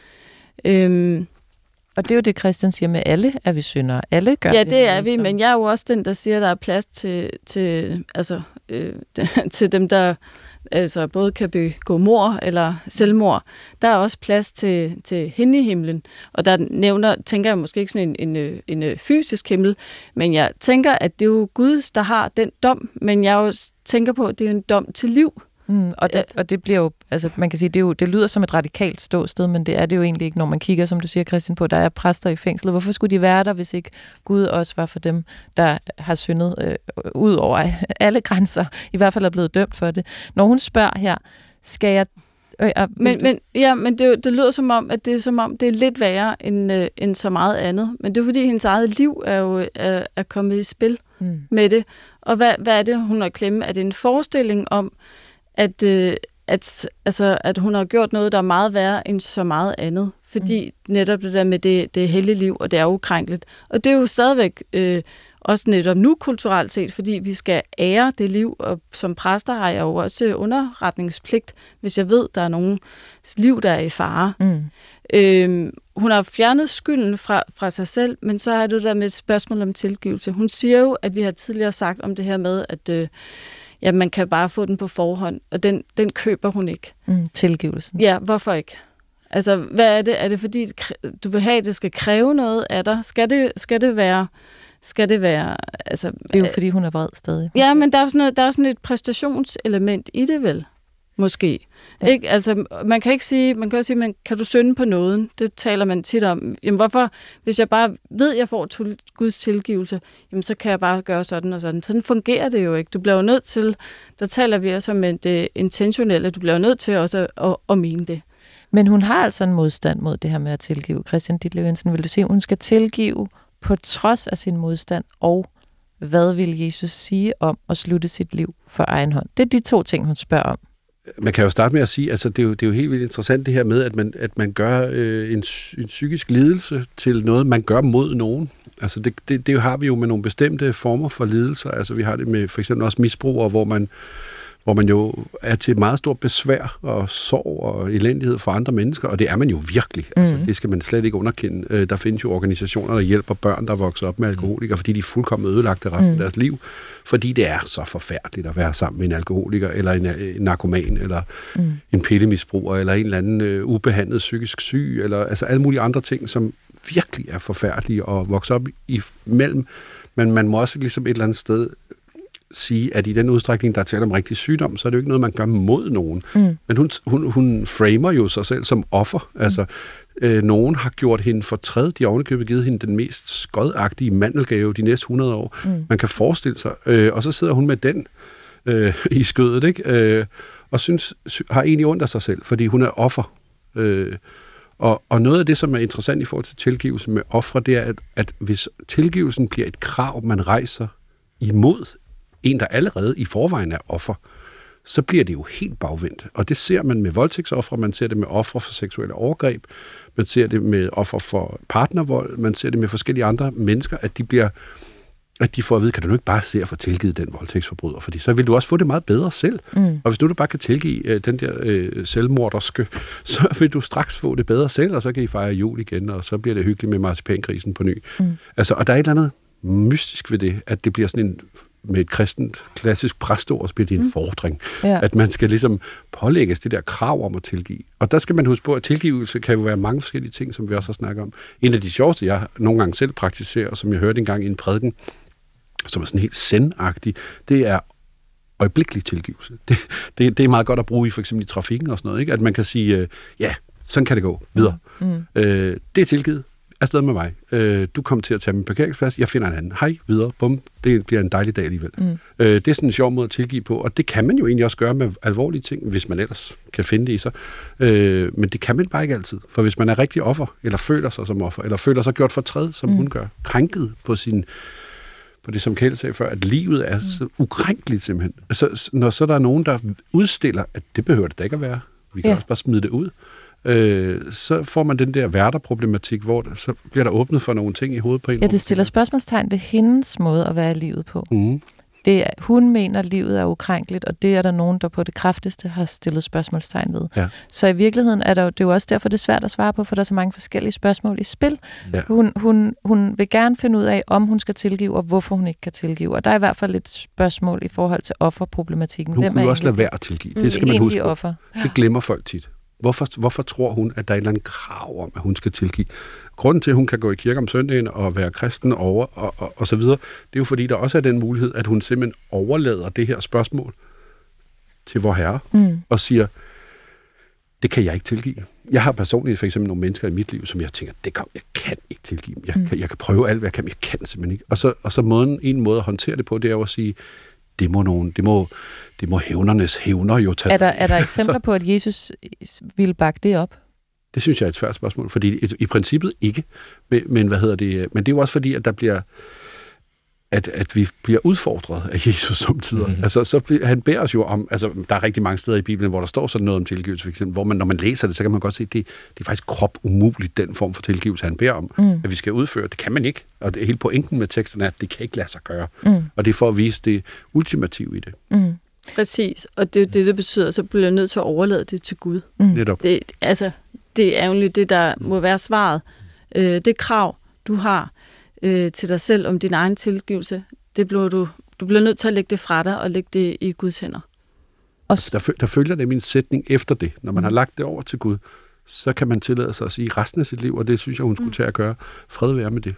Speaker 3: Øhm,
Speaker 2: Og det er jo det, Christian siger med alle, at vi synder. Alle gør
Speaker 3: ja,
Speaker 2: det.
Speaker 3: Ja, det er vi, som... men jeg er jo også den, der siger, at der er plads til, til, altså, øh, til dem, der altså, både kan begå mord eller selvmord. Der er også plads til, til hende i himlen. Og der nævner, tænker jeg måske ikke sådan en, en, en, en fysisk himmel, men jeg tænker, at det er jo Gud, der har den dom, men jeg jo tænker på, at det er en dom til liv.
Speaker 2: Mm, og, det, og det bliver jo, altså man kan sige, det, er jo, det lyder som et radikalt ståsted, men det er det jo egentlig ikke, når man kigger, som du siger, Christian, på, der er præster i fængslet. Hvorfor skulle de være der, hvis ikke Gud også var for dem, der har syndet øh, ud over alle grænser, i hvert fald er blevet dømt for det. Når hun spørger her, skal jeg... Øh, øh,
Speaker 3: men, men, ja, men det, det lyder som om, at det er som om, det er lidt værre end, øh, end så meget andet. Men det er fordi, hendes eget liv er jo er, er kommet i spil mm. med det. Og hvad, hvad er det, hun har klemt? Er det en forestilling om, At, øh, at, altså, at hun har gjort noget, der er meget værre end så meget andet. Fordi mm. netop det der med det, det hellige liv, og det er ukrænkeligt. Og det er jo stadigvæk øh, også netop nu kulturelt set, fordi vi skal ære det liv, og som præster har jeg jo også underretningspligt, hvis jeg ved, der er nogen liv, der er i fare. Mm. Øh, hun har fjernet skylden fra, fra sig selv, men så er det der med et spørgsmål om tilgivelse. Hun siger jo, at vi har tidligere sagt om det her med, at øh, ja, man kan bare få den på forhånd, og den, den køber hun ikke.
Speaker 2: Mm, tilgivelsen.
Speaker 3: Ja, hvorfor ikke? Altså, hvad er det? Er det fordi, du vil have, at det skal kræve noget af dig? Skal det, skal det være... Skal det være... Altså,
Speaker 2: det er jo fordi, hun er vred stadig.
Speaker 3: Ja, men der er, sådan noget, der er sådan et præstationselement i det vel, måske. Ja. Ikke? Altså, man kan ikke sige, man kan også sige, man, kan du synde på nåden? Det taler man tit om. Jamen, hvorfor, hvis jeg bare ved, at jeg får til, Guds tilgivelse, jamen, så kan jeg bare gøre sådan og sådan. Sådan fungerer det jo ikke. Du bliver jo nødt til, der taler vi også om det intentionelle, du bliver jo nødt til også at, at, at mene det.
Speaker 2: Men hun har altså en modstand mod det her med at tilgive. Christian Ditlev Jensen, vil du sige, hun skal tilgive på trods af sin modstand, og hvad vil Jesus sige om at slutte sit liv for egen hånd? Det er de to ting, hun spørger om.
Speaker 5: Man kan jo starte med at sige, altså det er jo, det er jo helt vildt interessant det her med, at man, at man gør øh, en, en psykisk lidelse til noget, man gør mod nogen. Altså det, det, det har vi jo med nogle bestemte former for lidelser. Altså vi har det med for eksempel også misbrugere, hvor man hvor man jo er til meget stor besvær og sorg og elendighed for andre mennesker, og det er man jo virkelig. Mm. Altså, det skal man slet ikke underkende. Der findes jo organisationer, der hjælper børn, der vokser op med alkoholikere, fordi de er fuldkommen ødelagte resten mm. af deres liv, fordi det er så forfærdeligt at være sammen med en alkoholiker, eller en, en narkoman, eller mm. en pillemisbruger, eller en eller anden øh, ubehandlet psykisk syg, eller altså alle mulige andre ting, som virkelig er forfærdelige at vokse op imellem. Men man må også ligesom et eller andet sted sige, at i den udstrækning, der er tale om rigtig sygdom, så er det jo ikke noget, man gør mod nogen. Mm. Men hun, hun, hun framer jo sig selv som offer. Mm. Altså, øh, nogen har gjort hende fortræd, de har ovenikøbet givet hende den mest skodagtige mandelgave de næste hundrede år. Mm. Man kan forestille sig. Øh, og så sidder hun med den øh, i skødet, ikke? Øh, og synes, har egentlig ondt af sig selv, fordi hun er offer. Øh, og, og noget af det, som er interessant i forhold til tilgivelse med ofre, det er, at, at hvis tilgivelsen bliver et krav, man rejser imod en, der allerede i forvejen er offer, så bliver det jo helt bagvendt. Og det ser man med voldtægtsofre, man ser det med ofre for seksuelle overgreb, man ser det med ofre for partnervold, man ser det med forskellige andre mennesker, at de bliver at de får at vide, kan du nu ikke bare se at få tilgivet den voldtægtsforbryder, fordi så vil du også få det meget bedre selv. Mm. Og hvis nu du bare kan tilgive øh, den der øh, selvmorderske, så vil du straks få det bedre selv, og så kan I fejre jul igen, og så bliver det hyggeligt med marcipankrisen på ny. Mm. Altså, og der er et eller andet mystisk ved det, at det bliver sådan en, med et kristent, klassisk præstord, så bliver det en mm. fordring. Ja. At man skal ligesom pålægges det der krav om at tilgive. Og der skal man huske på, at tilgivelse kan jo være mange forskellige ting, som vi også har snakket om. En af de sjoveste, jeg nogle gange selv praktiserer, som jeg hørte engang i en prædiken, som er sådan helt zen-agtig, det er øjeblikkelig tilgivelse. Det, det, det er meget godt at bruge i for eksempel i trafikken og sådan noget, ikke? At man kan sige, øh, ja, sådan kan det gå, videre. Mm. Øh, det er tilgivet, afsted med mig. Øh, du kommer til at tage min parkeringsplads, jeg finder en anden. Hej, videre, bum, det bliver en dejlig dag alligevel. Mm. Øh, det er sådan en sjov måde at tilgive på, og det kan man jo egentlig også gøre med alvorlige ting, hvis man ellers kan finde det i sig. Øh, men det kan man bare ikke altid, for hvis man er rigtig offer, eller føler sig som offer, eller føler sig gjort fortræd, som mm. hun gør, krænket på sin på det, som Kjeld sagde før, at livet er så ukrænkeligt simpelthen. Altså, når så der er nogen, der udstiller, at det behøver det da ikke at være, vi kan ja. også bare smide det ud, øh, så får man den der værterproblematik, hvor der, så bliver der åbnet for nogle ting i hovedet på en.
Speaker 2: Ja, det stiller spørgsmålstegn ved hendes måde at være i livet på.
Speaker 3: Mm.
Speaker 2: Det er, hun mener, at livet er ukrænkeligt, og det er der nogen, der på det kraftigste har stillet spørgsmålstegn ved. Ja. Så i virkeligheden er der jo, det er jo også derfor, det er svært at svare på, for der er så mange forskellige spørgsmål i spil. Ja. Hun, hun, hun vil gerne finde ud af, om hun skal tilgive, og hvorfor hun ikke kan tilgive. Og der er i hvert fald et spørgsmål i forhold til offerproblematikken.
Speaker 5: Hun kunne også lade være at tilgive. Det skal man huske på.
Speaker 2: Offer.
Speaker 5: Det glemmer folk tit. Hvorfor, hvorfor tror hun, at der er et eller andet krav om, at hun skal tilgive? Grunden til, at hun kan gå i kirke om søndagen og være kristen over og, og, og så videre, det er jo fordi, der også er den mulighed, at hun simpelthen overlader det her spørgsmål til vor Herre mm. og siger, det kan jeg ikke tilgive. Jeg har personligt for eksempel nogle mennesker i mit liv, som jeg tænker, det kan, jeg kan ikke tilgive dem. Jeg, mm. kan, jeg kan prøve alt, hvad jeg kan, men jeg kan simpelthen ikke. Og så, og så måden, en måde at håndtere det på, det er jo at sige, det må nogen, det må, det må hævnernes hævner jo tage.
Speaker 2: Er der, er der eksempler på, at Jesus ville bakke det op?
Speaker 5: Det synes jeg er et svært spørgsmål, fordi i, i princippet ikke. Men, men hvad hedder det? Men det er jo også fordi, at der bliver at, at vi bliver udfordret af Jesus samtidig. Mm-hmm. Altså, så bliver, han beder os jo om, altså, der er rigtig mange steder i Bibelen, hvor der står sådan noget om tilgivelse, for eksempel, hvor man, når man læser det, så kan man godt se, at det, det er faktisk krop umuligt, den form for tilgivelse, han beder om, mm. at vi skal udføre. Det kan man ikke. Og det, hele pointen med teksten er, at det kan ikke lade sig gøre. Mm. Og det er for at vise det ultimative i det.
Speaker 3: Mm. Præcis. Og det er det, det betyder, så bliver jeg nødt til at overlade det til Gud.
Speaker 5: Mm. Netop.
Speaker 3: Det, altså, det er jo det, der må være svaret. Øh, det krav, du har øh, til dig selv om din egen tilgivelse, det bliver du, du bliver nødt til at lægge det fra dig og lægge det i Guds hænder.
Speaker 5: Og der, der følger det min sætning efter det. Når man har lagt det over til Gud, så kan man tillade sig at sige resten af sit liv, og det synes jeg, hun skulle tage at gøre. Fred være med det.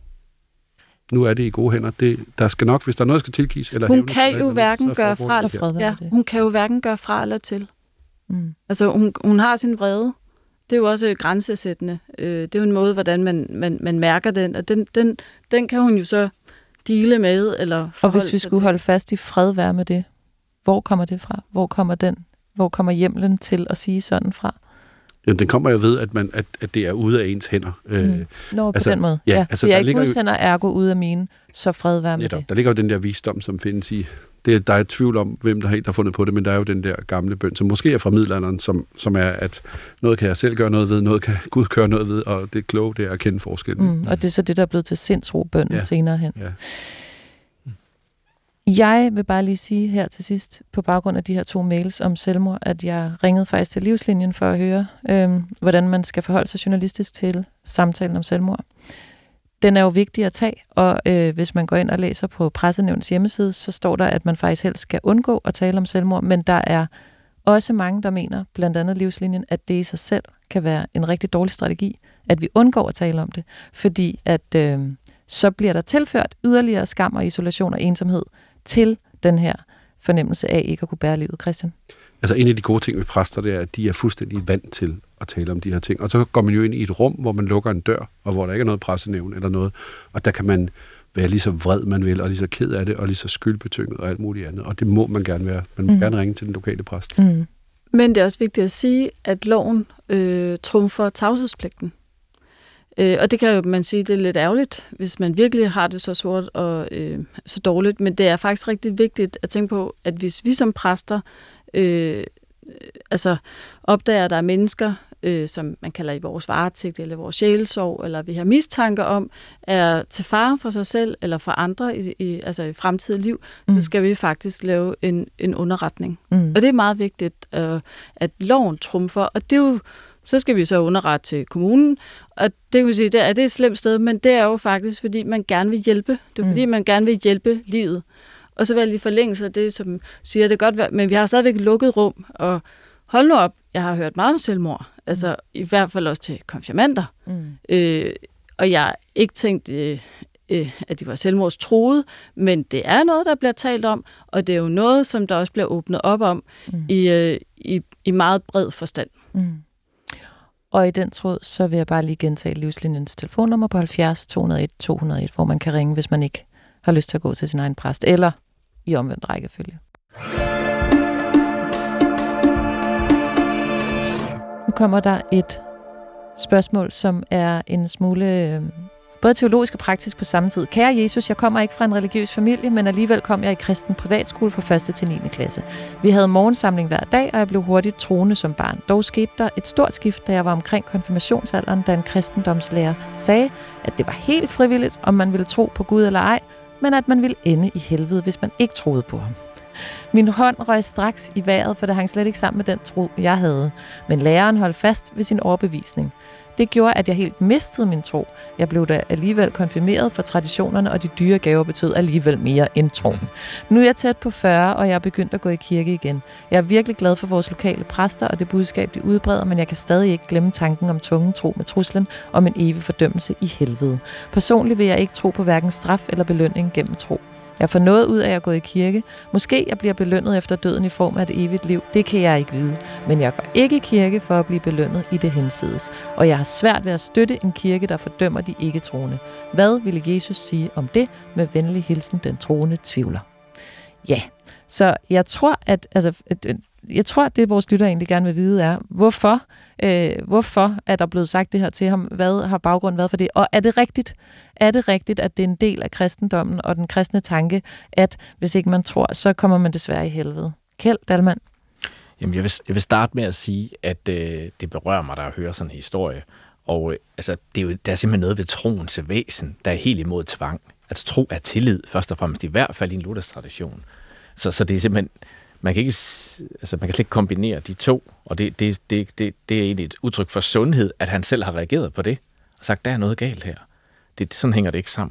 Speaker 5: Nu er det i gode hænder. Det, der skal nok, hvis der er noget, der skal tilgives, eller
Speaker 3: hun
Speaker 5: hævnes,
Speaker 3: kan
Speaker 5: eller
Speaker 3: jo
Speaker 5: noget,
Speaker 3: hverken gøre fra eller fred. Ja, hun kan jo hverken gøre fra eller til. Mm. Altså, hun, hun har sin vrede. Det er jo også grænsesættende. Det er jo en måde, hvordan man, man, man mærker den, og den, den, den kan hun jo så dele med, eller
Speaker 2: og hvis vi skulle til. holde fast i fred være med det, hvor kommer det fra? Hvor kommer den? Hvor kommer hjemlen til at sige sådan fra?
Speaker 5: Ja, den kommer jo ved, at, man, at, at det er ude af ens hænder.
Speaker 2: Mm. Nå, altså, på den måde. Ja, ja, altså, det er ikke Guds hænder, ergo ude af mine, så fred være med netop, det.
Speaker 5: Der ligger jo den der visdom, som findes i. Det, der er et tvivl om, hvem der helt har fundet på det, men der er jo den der gamle bøn, som måske er fra middelalderen, som, som er, at noget kan jeg selv gøre noget ved, noget kan Gud gøre noget ved, og det kloge, det er at kende forskellen.
Speaker 2: Mm, og det er så det, der er blevet til sindsro-bønnen ja. senere hen. Ja. Jeg vil bare lige sige her til sidst, på baggrund af de her to mails om selvmord, at jeg ringede faktisk til Livslinjen for at høre, øhm, hvordan man skal forholde sig journalistisk til samtalen om selvmord. Den er jo vigtig at tage, og øh, hvis man går ind og læser på Pressenævnets hjemmeside, så står der, at man faktisk helst skal undgå at tale om selvmord, men der er også mange, der mener, blandt andet Livslinjen, at det i sig selv kan være en rigtig dårlig strategi, at vi undgår at tale om det, fordi at øh, så bliver der tilført yderligere skam og isolation og ensomhed til den her fornemmelse af ikke at kunne bære livet. Christian?
Speaker 5: Altså en af de gode ting ved præster, det er, at de er fuldstændig vant til at tale om de her ting. Og så går man jo ind i et rum, hvor man lukker en dør, og hvor der ikke er noget pressenævn eller noget, og der kan man være lige så vred, man vil, og lige så ked af det, og lige så skyldbetynget og alt muligt andet. Og det må man gerne være. Man må mm. gerne ringe til den lokale præst.
Speaker 2: Mm.
Speaker 3: Men det er også vigtigt at sige, at loven øh, trumfer tavshedspligten. Øh, og det kan jo man sige, det er lidt ærgerligt, hvis man virkelig har det så sort og øh, så dårligt. Men det er faktisk rigtig vigtigt at tænke på, at hvis vi som præster øh, altså opdager, at der er mennesker, øh, som man kalder i vores varetægt eller vores sjælesorg, eller vi har mistanker om, er til fare for sig selv eller for andre i, i, altså i fremtidigt liv, mm. så skal vi faktisk lave en, en underretning. Mm. Og det er meget vigtigt, øh, at loven trumfer, og det er jo så skal vi så underrette til kommunen, og det kan vi sige, det er det et slemt sted, men det er jo faktisk, fordi man gerne vil hjælpe. Det er mm. fordi, man gerne vil hjælpe livet. Og så vil jeg lige forlænge sig det, som siger, det godt, men vi har stadigvæk lukket rum, og hold nu op, jeg har hørt meget om selvmord, altså i hvert fald også til konfirmander. Mm. Øh, og jeg har ikke tænkt, øh, øh, at de var selvmordstruede, men det er noget, der bliver talt om, og det er jo noget, som der også bliver åbnet op om mm. i, øh, i, i meget bred forstand.
Speaker 2: Mm. Og i den tråd, så vil jeg bare lige gentage Livslinjens telefonnummer på halvfjerds to nul et to nul et, hvor man kan ringe, hvis man ikke har lyst til at gå til sin egen præst, eller i omvendt rækkefølge. Nu kommer der et spørgsmål, som er en smule øh, både teologisk og praktisk på samme tid. Kære Jesus, jeg kommer ikke fra en religiøs familie, men alligevel kom jeg i kristen privatskole fra første til niende klasse. Vi havde morgensamling hver dag, og jeg blev hurtigt troende som barn. Dog skete der et stort skift, da jeg var omkring konfirmationsalderen, da en kristendomslærer sagde, at det var helt frivilligt, om man ville tro på Gud eller ej, men at man ville ende i helvede, hvis man ikke troede på ham. Min hånd røg straks i vejret, for det hang slet ikke sammen med den tro, jeg havde. Men læreren holdt fast ved sin overbevisning. Det gjorde, at jeg helt mistede min tro. Jeg blev da alligevel konfirmeret, for traditionerne og de dyre gaver betød alligevel mere end troen. Nu er jeg tæt på fyrre, og jeg er begyndt at gå i kirke igen. Jeg er virkelig glad for vores lokale præster og det budskab, de udbreder, men jeg kan stadig ikke glemme tanken om tvungen tro med truslen om en evig fordømmelse i helvede. Personligt vil jeg ikke tro på hverken straf eller belønning gennem tro. Jeg får noget ud af at gå i kirke. Måske jeg bliver belønnet efter døden i form af et evigt liv. Det kan jeg ikke vide. Men jeg går ikke i kirke for at blive belønnet i det hensides. Og jeg har svært ved at støtte en kirke, der fordømmer de ikke-troende. Hvad ville Jesus sige om det? Med venlig hilsen, den troende tvivler. Ja, så jeg tror, at altså, jeg tror, at det vores lytter egentlig gerne vil vide er, hvorfor, øh, hvorfor er der blevet sagt det her til ham? Hvad har baggrunden været for det? Og er det rigtigt? Er det rigtigt, at det er en del af kristendommen og den kristne tanke, at hvis ikke man tror, så kommer man desværre i helvede? Kjeld Dalman?
Speaker 4: Jamen, jeg vil, jeg vil starte med at sige, at øh, det berører mig, der at høre sådan en historie. Og øh, altså, det er jo, der er simpelthen noget ved troens væsen, der er helt imod tvang. Altså, tro er tillid, først og fremmest, i hvert fald i en Luthers tradition. Så, så det er simpelthen, man kan ikke, altså, man kan slet ikke kombinere de to, og det, det, det, det, det er egentlig et udtryk for sundhed, at han selv har reageret på det, og sagt, der er noget galt her. Det, sådan hænger det ikke sammen.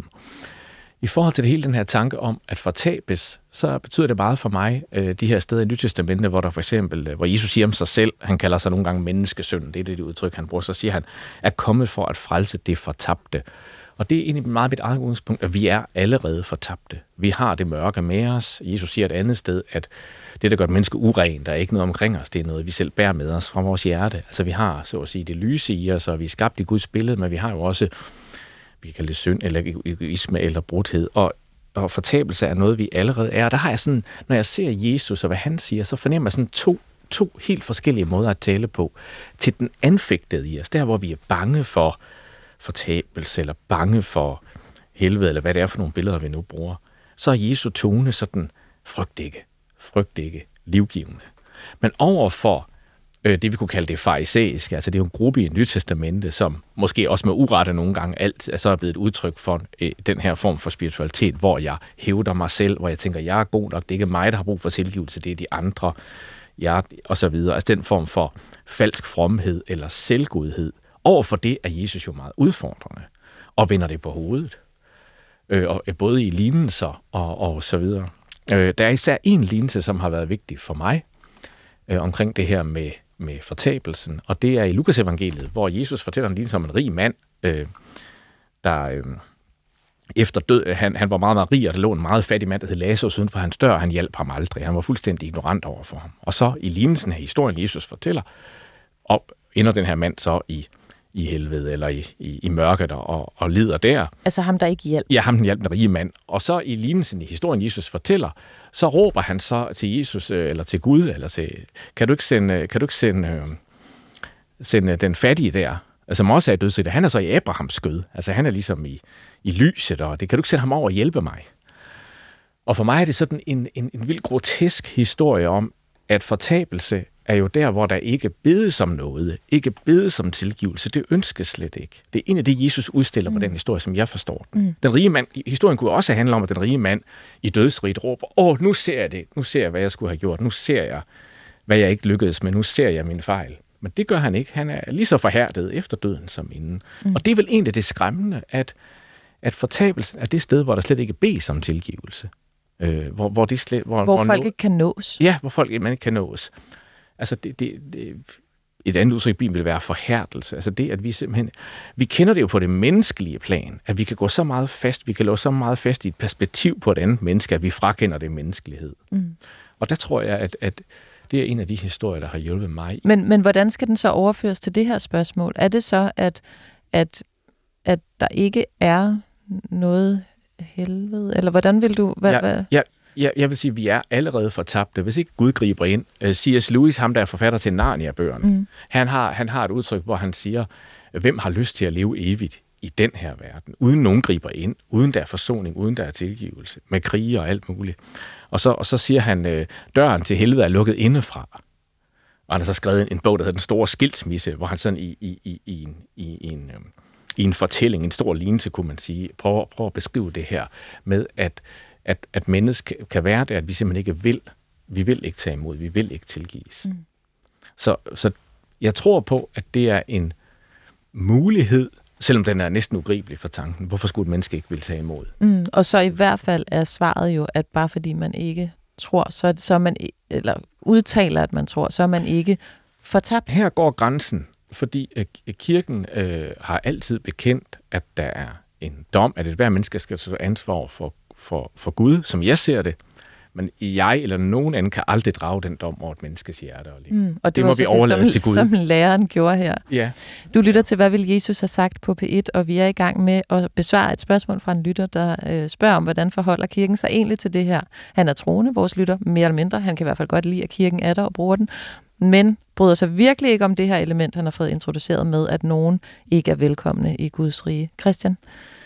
Speaker 4: I forhold til det hele den her tanke om at fortabes, så betyder det meget for mig, øh, de her steder i Nyt Testamentet, hvor der for eksempel, hvor Jesus siger om sig selv, han kalder sig nogle gange menneskesøn, det er det, det udtryk, han bruger, så siger han, er kommet for at frelse det fortabte. Og det er egentlig meget mit eget udgangspunkt, at vi er allerede fortabte. Vi har det mørke med os. Jesus siger et andet sted, at det, der gør et menneske urent, der er ikke noget omkring os, det er noget, vi selv bærer med os fra vores hjerte. Altså vi har, så at sige, det lyse i os, og vi er skabt i Guds billede, men vi har jo også, vi kan kalde det synd, eller egoisme, eller brudhed, og, og fortabelse er noget, vi allerede er. Og der har jeg sådan, når jeg ser Jesus og hvad han siger, så fornemmer jeg sådan to, to helt forskellige måder at tale på. Til den anfægtede i os, der hvor vi er bange for fortabelse, eller bange for helvede, eller hvad det er for nogle billeder, vi nu bruger, så er Jesu tone sådan, frygt ikke, frygt ikke, livgivende. Men overfor det vi kunne kalde det farisæiske. Altså det er jo en gruppe i Nyt Testamente, som måske også med urette nogle gange alt er så blevet et udtryk for øh, den her form for spiritualitet, hvor jeg hævder mig selv, hvor jeg tænker, jeg er god nok, det er ikke mig, der har brug for tilgivelse, det er de andre, jeg, og så videre. Altså den form for falsk fromhed eller selvgodhed. Overfor det er Jesus jo meget udfordrende, og vender det på hovedet. Øh, og både i lignelser og, og så videre. Øh, der er især en lignelse, som har været vigtig for mig, øh, omkring det her med med fortabelsen, og det er i Lukas evangeliet, hvor Jesus fortæller en lignelse om en rig mand, øh, der øh, efter død, han, han var meget, meget rig, og der lå en meget fattig mand, der hed Lazarus uden for hans dør, og han hjalp ham aldrig. Han var fuldstændig ignorant over for ham. Og så i lignelsen her historien, Jesus fortæller, og ender den her mand så i, i helvede, eller i, i, i mørket, og, og lider der.
Speaker 2: Altså ham, der ikke hjælp.
Speaker 4: Ja, ham, den hjalp den rige mand. Og så i lignelsen i historien, Jesus fortæller, så råber han så til Jesus, eller til Gud, eller til, kan du ikke sende, kan du ikke sende, øh, sende den fattige der, altså som også er dødsrig, han er så i Abrahams skød, altså han er ligesom i, i lyset, og det kan du ikke sende ham over og hjælpe mig. Og for mig er det sådan en, en, en vild grotesk historie om, at fortabelse er jo der, hvor der ikke bedes om noget, ikke bedes om tilgivelse. Det ønskes slet ikke. Det er en af det, Jesus udstiller mm. på den historie, som jeg forstår den. Mm. Den rige mand, historien kunne også handle om, at den rige mand i dødsriget råber, åh, nu ser jeg det, nu ser jeg, hvad jeg skulle have gjort, nu ser jeg, hvad jeg ikke lykkedes med, nu ser jeg min fejl. Men det gør han ikke. Han er lige så forhærdet efter døden som inden. Mm. Og det er vel egentlig det skræmmende, at, at fortabelsen er det sted, hvor der slet ikke bedes om tilgivelse. Øh, hvor, hvor, det slet, hvor,
Speaker 2: hvor,
Speaker 4: hvor
Speaker 2: folk
Speaker 4: no-
Speaker 2: ikke kan nås.
Speaker 4: Ja, hvor folk man ikke kan nås. Altså, det, det, det, et andet udtryk i Bibelen vil være forhærdelse. Altså det, at vi simpelthen... Vi kender det jo på det menneskelige plan, at vi kan gå så meget fast, vi kan låse så meget fast i et perspektiv på et andet menneske, at vi frakender det menneskelighed. Mm. Og der tror jeg, at, at det er en af de historier, der har hjulpet mig.
Speaker 2: Men, men hvordan skal den så overføres til det her spørgsmål? Er det så, at, at, at der ikke er noget helvede? Eller hvordan vil du... Hvad,
Speaker 4: ja,
Speaker 2: hvad?
Speaker 4: Ja, ja, jeg vil sige, at vi er allerede fortabte, hvis ikke Gud griber ind. C S Lewis, ham der er forfatter til Narnia-bøgerne, mm. han, har, han har et udtryk, hvor han siger, hvem har lyst til at leve evigt i den her verden, uden nogen griber ind, uden der er forsoning, uden der er tilgivelse, med krige og alt muligt. Og så, og så siger han, døren til helvede er lukket indefra. Og han har så skrevet en, en bog, der hedder Den Store Skilsmisse, hvor han sådan i, i, i, i en... I, i en i en fortælling, en stor lignelse, kunne man sige, prøver, prøver at beskrive det her med, at, at, at mennesket kan være der, at vi simpelthen ikke vil. Vi vil ikke tage imod, vi vil ikke tilgives. Mm. Så, så jeg tror på, at det er en mulighed, selvom den er næsten ugribelig for tanken. Hvorfor skulle et menneske ikke vil tage imod?
Speaker 2: Mm. Og så i hvert fald er svaret jo, at bare fordi man ikke tror, så, så er man, eller udtaler, at man tror, så er man ikke fortabt.
Speaker 4: Her går grænsen. Fordi øh, kirken øh, har altid bekendt, at der er en dom, at et hver menneske skal tage ansvar for, for, for Gud, som jeg ser det. Men jeg eller nogen anden kan aldrig drage den dom over et menneskes hjerte og liv. Mm,
Speaker 2: og det,
Speaker 4: det må vi overlade
Speaker 2: det, som,
Speaker 4: til Gud.
Speaker 2: Som læreren gjorde her.
Speaker 4: Ja.
Speaker 2: Du lytter til, hvad vil Jesus have sagt på P et, og vi er i gang med at besvare et spørgsmål fra en lytter, der øh, spørger om, hvordan forholder kirken sig egentlig til det her. Han er troende, vores lytter, mere eller mindre. Han kan i hvert fald godt lide, at kirken er der og bruger den. Men bryder sig virkelig ikke om det her element, han har fået introduceret med, at nogen ikke er velkomne i Guds rige. Christian?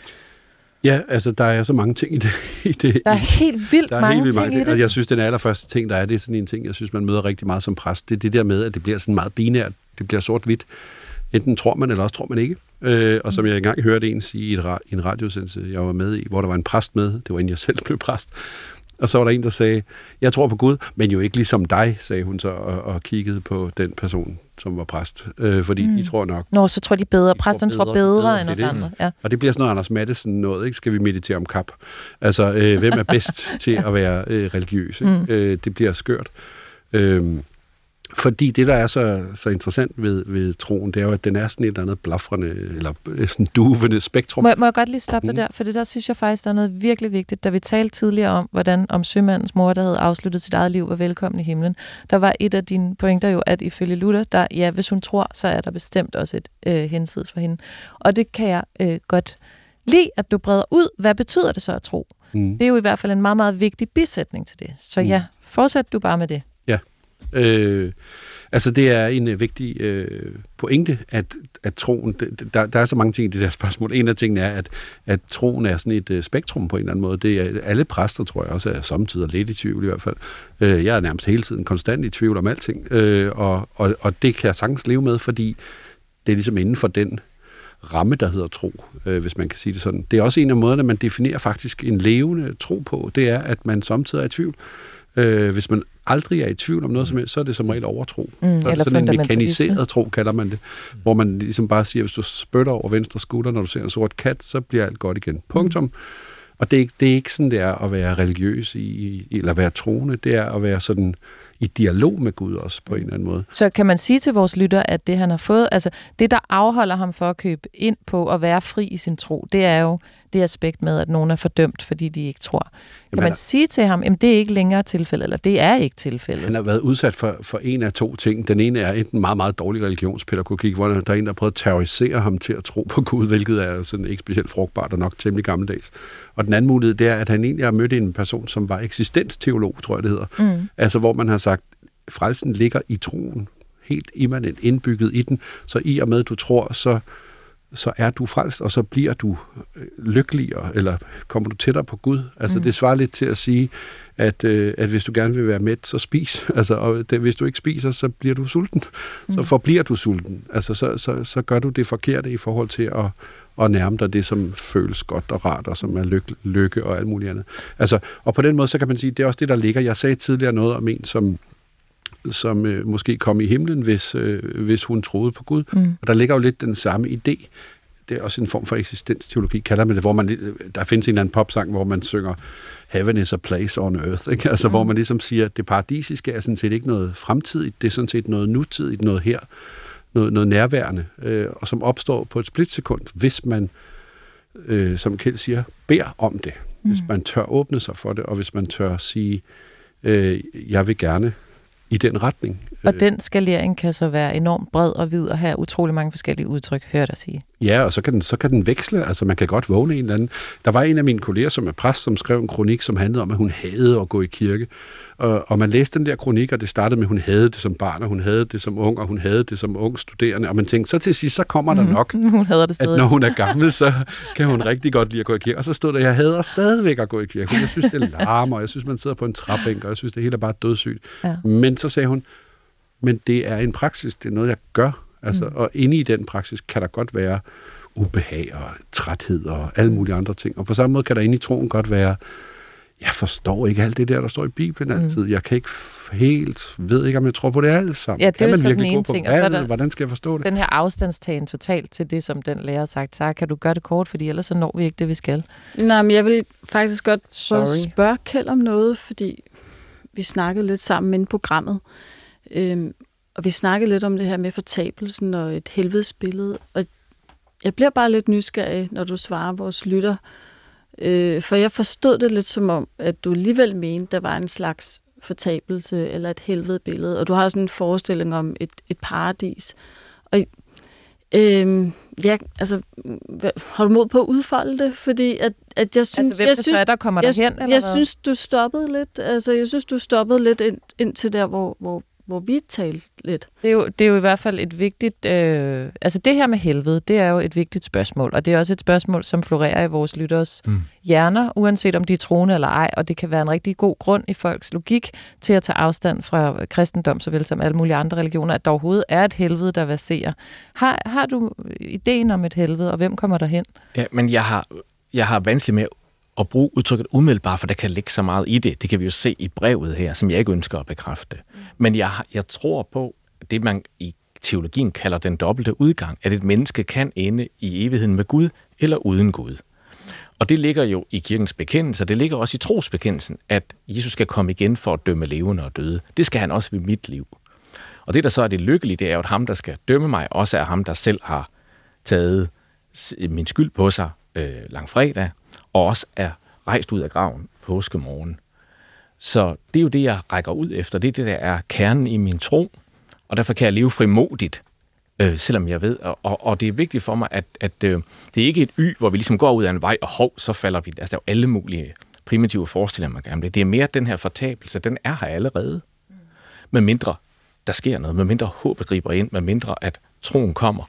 Speaker 5: Ja, altså der er så mange ting i det. I det
Speaker 2: der er helt vildt
Speaker 5: der er
Speaker 2: mange,
Speaker 5: helt vildt
Speaker 2: ting,
Speaker 5: mange ting i det. Og jeg synes, den allerførste ting, der er, det er sådan en ting, jeg synes, man møder rigtig meget som præst. Det er det der med, at det bliver sådan meget binært. Det bliver sort-hvidt. Enten tror man, eller også tror man ikke. Øh, og som jeg engang hørte en sige i, et ra- i en radiosendelse, jeg var med i, hvor der var en præst med. Det var inden jeg selv blev præst. Og så var der en, der sagde, jeg tror på Gud, men jo ikke ligesom dig, sagde hun så, og, og kiggede på den person, som var præst. Øh, fordi mm. de tror nok...
Speaker 2: Nå, så tror de bedre. Præsten tror bedre, tror bedre end os andre. Ja.
Speaker 5: Og det bliver sådan noget Anders Mattesen noget, ikke? Skal vi meditere om kap? Altså, øh, hvem er bedst til at være øh, religiøs? Mm. Øh, det bliver skørt. Øh, Fordi det, der er så, så interessant ved, ved troen, det er jo, at den er sådan et eller andet blafrende, eller sådan duvende spektrum.
Speaker 2: Må, må jeg godt lige stoppe dig der? For det der synes jeg faktisk, der er noget virkelig vigtigt. Da vi talte tidligere om, hvordan om sømandens mor, der havde afsluttet sit eget liv, var velkommen i himlen, der var et af dine pointer jo, at ifølge Luther, der, ja, hvis hun tror, så er der bestemt også et øh, hensides for hende. Og det kan jeg øh, godt lide, at du breder ud. Hvad betyder det så at tro? Mm. Det er jo i hvert fald en meget, meget vigtig bisætning til det. Så ja, fortsæt du bare med det.
Speaker 5: Ja. Øh, Altså, det er en uh, vigtig uh, pointe, at, at troen, der, der er så mange ting i det der spørgsmål. En af tingene er, at, at troen er sådan et uh, spektrum på en eller anden måde. Det er, alle præster, tror jeg også, er samtidig lidt i tvivl i hvert fald. Uh, jeg er nærmest hele tiden konstant i tvivl om alting, uh, og, og, og det kan jeg sagtens leve med, fordi det er ligesom inden for den ramme, der hedder tro, øh, hvis man kan sige det sådan. Det er også en af måderne, man definerer faktisk en levende tro på. Det er, at man samtidig er i tvivl. Øh, hvis man aldrig er i tvivl om noget som helst, så er det som regel overtro. Mm, så er det sådan en mekaniseret tro, kalder man det. Mm. Hvor man ligesom bare siger, hvis du spytter over venstre skulder, når du ser en sort kat, så bliver alt godt igen. Punktum. Mm. Og det er, det er ikke sådan, det er at være religiøs i, eller være troende. Det er at være sådan i dialog med Gud også på en eller anden måde.
Speaker 2: Så kan man sige til vores lytter, at det han har fået, altså det der afholder ham for at købe ind på at være fri i sin tro, det er jo det aspekt med, at nogen er fordømt, fordi de ikke tror. Kan Jamen, man sige til ham, at det er ikke længere tilfælde, eller det er ikke tilfælde?
Speaker 5: Han har været udsat for, for en af to ting. Den ene er en meget, meget dårlig religionspædagogik, hvor der er en, der prøver at terrorisere ham til at tro på Gud, hvilket er sådan ikke specielt frugtbart og nok temmelig gammeldags. Og den anden mulighed, det er, at han egentlig har mødt en person, som var eksistensteolog, tror jeg det hedder. Mm. Altså hvor man har sagt, frelsen ligger i troen, helt immanent indbygget i den, så i og med, at du tror, så så er du frelst, og så bliver du lykkeligere, eller kommer du tættere på Gud. Altså, mm. det svarer lidt til at sige, at, øh, at hvis du gerne vil være mæt, så spis. Altså, og det, hvis du ikke spiser, så bliver du sulten. Mm. Så forbliver du sulten. Altså, så, så, så gør du det forkerte i forhold til at, at nærme dig det, som føles godt og rart, og som er lykke, lykke og alt muligt andet. Altså, og på den måde, så kan man sige, det er også det, der ligger. Jeg sagde tidligere noget om en, som som øh, måske kom i himlen, hvis, øh, hvis hun troede på Gud. Mm. Og der ligger jo lidt den samme idé. Det er også en form for eksistensteologi, kalder man det, hvor man, der findes en eller anden popsang, hvor man synger Heaven is a place on earth, ikke? Altså, mm. hvor man ligesom siger, at det paradisiske er sådan set ikke noget fremtidigt, det er sådan set noget nutidigt, noget her, noget, noget nærværende, øh, og som opstår på et splitsekund, hvis man, øh, som Kjeld siger, beder om det. Mm. Hvis man tør åbne sig for det, og hvis man tør sige, øh, jeg vil gerne i den retning.
Speaker 2: Og den skalering kan så være enormt bred og vid og have utrolig mange forskellige udtryk, hører jeg sige.
Speaker 5: Ja, og så kan, den, så kan den veksle. Altså, man kan godt vågne en eller anden. Der var en af mine kolleger, som er præst, som skrev en kronik, som handlede om, at hun hadede at gå i kirke. Og, og man læste den der kronik, og det startede med, at hun havde det som barn, og hun havde det som ung, og hun havde det som ung studerende. Og man tænkte, så til sidst, så kommer der nok,
Speaker 2: mm, hun hader det
Speaker 5: at når hun er gammel, så kan hun rigtig godt lide at gå i kirke. Og så stod der, jeg hader stadigvæk at gå i kirke. Jeg synes, det larmer, og jeg synes, man sidder på en træbænk, og jeg synes, det hele er bare dødssygt. Ja. Men så sagde hun, men det er en praksis, det er noget, jeg gør. Altså, mm. Og inde i den praksis kan der godt være ubehag og træthed og alle mulige andre ting. Og på samme måde kan der inde i troen godt være, jeg forstår ikke alt det der, der står i Bibelen mm. altid. Jeg kan ikke helt, ved ikke, om jeg tror på det alt sammen.
Speaker 2: Ja, det
Speaker 5: kan
Speaker 2: er
Speaker 5: man
Speaker 2: sådan
Speaker 5: virkelig
Speaker 2: en
Speaker 5: gå på
Speaker 2: ting. Og så er der
Speaker 5: hvordan skal jeg forstå det?
Speaker 2: Den her afstandstagen totalt til det, som den lærer har sagt. Så kan du gøre det kort, fordi ellers så når vi ikke det, vi skal.
Speaker 3: Nej, men jeg vil faktisk godt prøve at spørge Kjeld om noget, fordi vi snakkede lidt sammen inden programmet. Øhm, Og vi snakkede lidt om det her med fortabelsen og et helvedesbillede. Og jeg bliver bare lidt nysgerrig, når du svarer vores lytter. Øh, for jeg forstod det lidt som om, at du alligevel mente, der var en slags fortabelse eller et helvedebillede. Og du har sådan en forestilling om et, et paradis. Og øh, ja, altså, har du mod på at udfolde det? Fordi at, at jeg synes...
Speaker 2: Altså, hvem
Speaker 3: jeg
Speaker 2: det
Speaker 3: synes,
Speaker 2: så er, der kommer
Speaker 3: jeg,
Speaker 2: derhen?
Speaker 3: Jeg,
Speaker 2: eller
Speaker 3: jeg
Speaker 2: hvad?
Speaker 3: synes, du stoppede lidt. Altså, jeg synes, du stoppede lidt ind, ind til der, hvor... hvor hvor vi talte lidt.
Speaker 2: Det er jo, det er jo i hvert fald et vigtigt... Øh, altså det her med helvede, det er jo et vigtigt spørgsmål, og det er også et spørgsmål, som florerer i vores lytteres mm. hjerner, uanset om de er troende eller ej, og det kan være en rigtig god grund i folks logik til at tage afstand fra kristendom, såvel som alle mulige andre religioner, at der overhovedet er et helvede, der verserer. Har, har du ideen om et helvede, og hvem kommer derhen?
Speaker 4: Ja, men jeg har, jeg har vanskeligt med at bruge udtrykket umiddelbart, for der kan ligge så meget i det. Det kan vi jo se i brevet her, som jeg ikke ønsker at bekræfte. Mm. Men jeg, jeg tror på det, man i teologien kalder den dobbelte udgang, at et menneske kan ende i evigheden med Gud eller uden Gud. Og det ligger jo i kirkens bekendelse, det ligger også i trosbekendelsen, at Jesus skal komme igen for at dømme levende og døde. Det skal han også ved mit liv. Og det, der så er det lykkelige, det er jo, at ham, der skal dømme mig, også er ham, der selv har taget min skyld på sig øh, langfredag, og også er rejst ud af graven påskemorgen. Så det er jo det, jeg rækker ud efter. Det er det, der er kernen i min tro, og derfor kan jeg leve frimodigt, øh, selvom jeg ved. Og, og det er vigtigt for mig, at, at øh, det er ikke et y, hvor vi ligesom går ud af en vej, og hov, så falder vi. Altså, der er jo alle mulige primitive forestillinger, man gerne vil. Det er mere den her fortabelse, den er her allerede. Mm. Med mindre der sker noget, medmindre håbet griber ind, medmindre at troen kommer.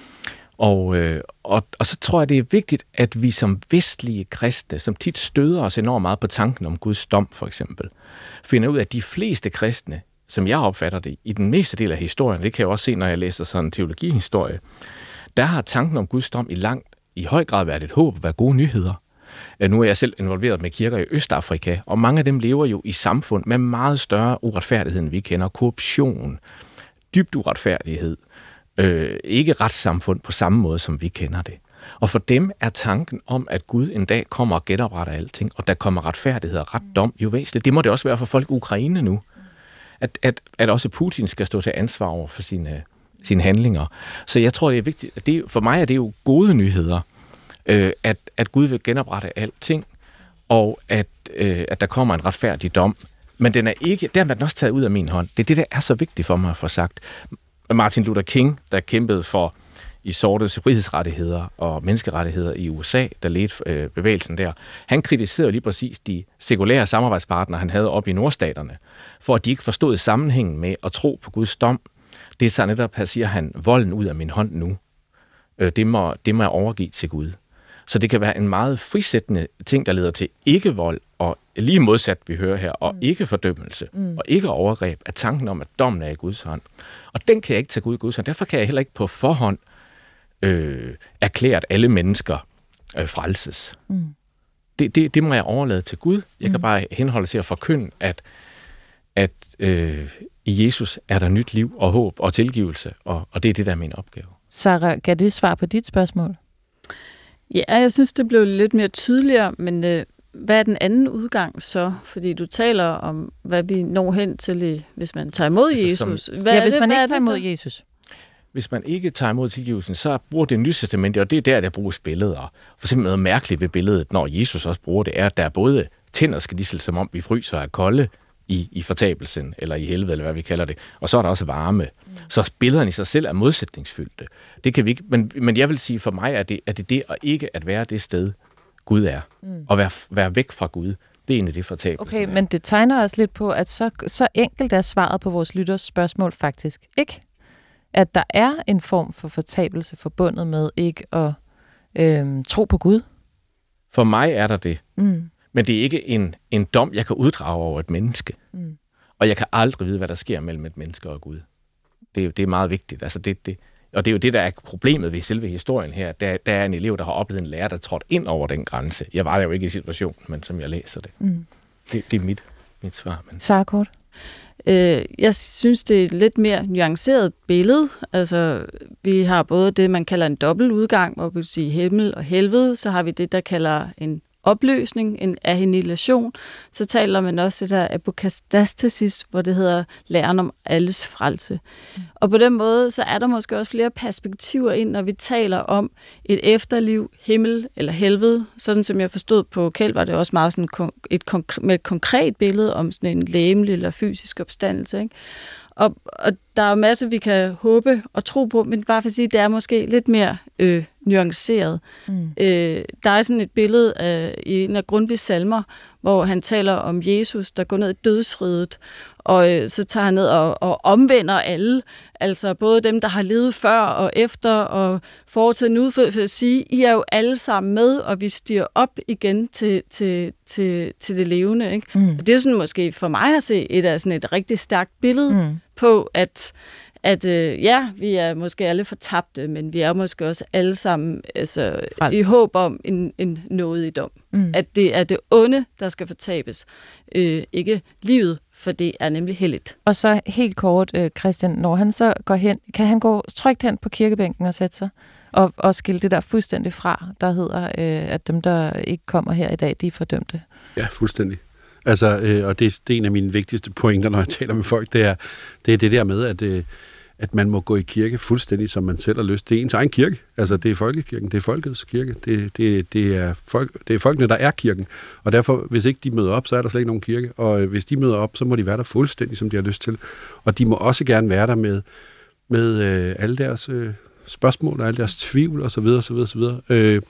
Speaker 4: Og, øh, og, og så tror jeg, det er vigtigt, at vi som vestlige kristne, som tit støder os enormt meget på tanken om Guds dom, for eksempel, finder ud af, at de fleste kristne, som jeg opfatter det, i den meste del af historien, det kan jeg også se, når jeg læser sådan en teologihistorie, der har tanken om Guds dom i langt, i høj grad været et håb og været gode nyheder. Nu er jeg selv involveret med kirker i Østafrika, og mange af dem lever jo i samfund med meget større uretfærdighed, end vi kender. Korruption, dybt uretfærdighed, øh, ikke retssamfund på samme måde, som vi kender det. Og for dem er tanken om, at Gud en dag kommer og genopretter alting, og der kommer retfærdighed og ret dom, jo væsentligt. Det må det også være for folk i Ukraine nu. At, at, at også Putin skal stå til ansvar over for sine, sine handlinger. Så jeg tror, det er vigtigt. At det, for mig er det jo gode nyheder, øh, at, at Gud vil genoprette alting, og at, øh, at der kommer en retfærdig dom. Men den er ikke, der er den også taget ud af min hånd. Det er det, der er så vigtigt for mig at få sagt. Martin Luther King, der kæmpede for i sortes frihedsrettigheder og menneskerettigheder i U S A, der ledte øh, bevægelsen der, han kritiserede lige præcis de sekulære samarbejdspartnere, han havde oppe i nordstaterne, for at de ikke forstod sammenhængen med at tro på Guds dom. Det er så netop, her siger han, volden ud af min hånd nu. Øh, det, må, det må jeg overgive til Gud. Så det kan være en meget frisættende ting, der leder til ikke-vold, og lige modsat, vi hører her, og mm. ikke-fordømmelse, mm. og ikke-overgreb, af tanken om, at dommen er i Guds hånd. Og den kan jeg ikke tage Gud i Guds hånd. Derfor kan jeg heller ikke på forhånd øh, erklære, at alle mennesker øh, frelses. Mm. Det, det, det må jeg overlade til Gud. Jeg kan mm. bare henholde til at forkynde, at, at øh, i Jesus er der nyt liv og håb og tilgivelse, og, og det er det, der er min opgave.
Speaker 2: Sarah, gav det svar på dit spørgsmål?
Speaker 3: Ja, jeg synes, det blev lidt mere tydeligere, men øh, hvad er den anden udgang så? Fordi du taler om, hvad vi når hen til, hvis man tager imod altså, Jesus.
Speaker 2: Som, hvad ja, hvis man det, ikke tager imod Jesus.
Speaker 4: Hvis man ikke tager imod tilgivelsen, så bruger det Nye Testamente, og det er der, der bruges billeder. For eksempel noget mærkeligt ved billedet, når Jesus også bruger det, er, at der er både tændersknissel, som om vi fryser af kolde i, i fortabelsen, eller i helvede, eller hvad vi kalder det, og så er der også varme. Mm. Så billederne i sig selv er modsætningsfyldte. Det kan vi ikke, men, men jeg vil sige, for mig er det, er det det, og ikke at være det sted, Gud er. Mm. Og være, være væk fra Gud. Det er egentlig det fortabelsen.
Speaker 2: Okay, men det tegner os lidt på, at så, så enkelt er svaret på vores lytters spørgsmål faktisk ikke. At der er en form for fortabelse forbundet med ikke at øhm, tro på Gud.
Speaker 4: For mig er der det. Mm. Men det er ikke en, en dom, jeg kan uddrage over et menneske. Mm. Og jeg kan aldrig vide, hvad der sker mellem et menneske og Gud. Det er, det er meget vigtigt. Altså det, det, og det er jo det, der er problemet ved selve historien her. Der, der er en elev, der har oplevet en lærer, der trådte ind over den grænse. Jeg var jo ikke i situationen, men som jeg læser det. Mm. Det, det er mit, mit svar. Men...
Speaker 2: Sarah Kort?
Speaker 3: Øh, jeg synes, det er et lidt mere nuanceret billede. Altså, vi har både det, man kalder en dobbelt udgang, hvor vi vil sige himmel og helvede. Så har vi det, der kalder en opløsning, en annihilation. Så taler man også det der apokatastasis, hvor det hedder læren om alles frelse. Mm. Og på den måde, så er der måske også flere perspektiver ind, når vi taler om et efterliv, himmel eller helvede. Sådan som jeg forstod på Kjeld, var det også meget sådan et konkret, med et konkret billede om sådan en legemlig eller fysisk opstandelse, ikke? Og, og der er jo masser, vi kan håbe og tro på, men bare for at sige, det er måske lidt mere øh, nuanceret. Mm. Øh, der er sådan et billede af, i en af Grundtvigs salmer, hvor han taler om Jesus, der går ned i dødsriget, og øh, så tager han ned og, og omvender alle, altså både dem, der har levet før og efter, og foretaget nu, for, for at sige, I er jo alle sammen med, og vi stiger op igen til, til, til, til det levende. Ikke? Mm. Og det er sådan måske for mig at se et af sådan et rigtig stærkt billede mm. på, at at øh, ja, vi er måske alle fortabte, men vi er måske også alle sammen altså, i håb om en, en nådigdom. Mm. At det er det onde, der skal fortabes, øh, ikke livet, for det er nemlig helligt.
Speaker 2: Og så helt kort, øh, Christian, når han så går hen, kan han gå trygt hen på kirkebænken og sætte sig og, og skille det der fuldstændig fra, der hedder, øh, at dem, der ikke kommer her i dag, de er fordømte?
Speaker 5: Ja, fuldstændig. Altså, øh, og det, det er en af mine vigtigste pointer, når jeg taler med folk, det er det, er det der med, at øh, at man må gå i kirke fuldstændig, som man selv har lyst. Det er ens egen kirke. Altså, det er folkekirken. Det er folkets kirke. Det, det, det, er, folk, det er folkene, der er kirken. Og derfor, hvis ikke de møder op, så er der slet ikke nogen kirke. Og hvis de møder op, så må de være der fuldstændig, som de har lyst til. Og de må også gerne være der med, med øh, alle deres øh, spørgsmål og alle deres tvivl, og så videre, så videre, så videre. Øh,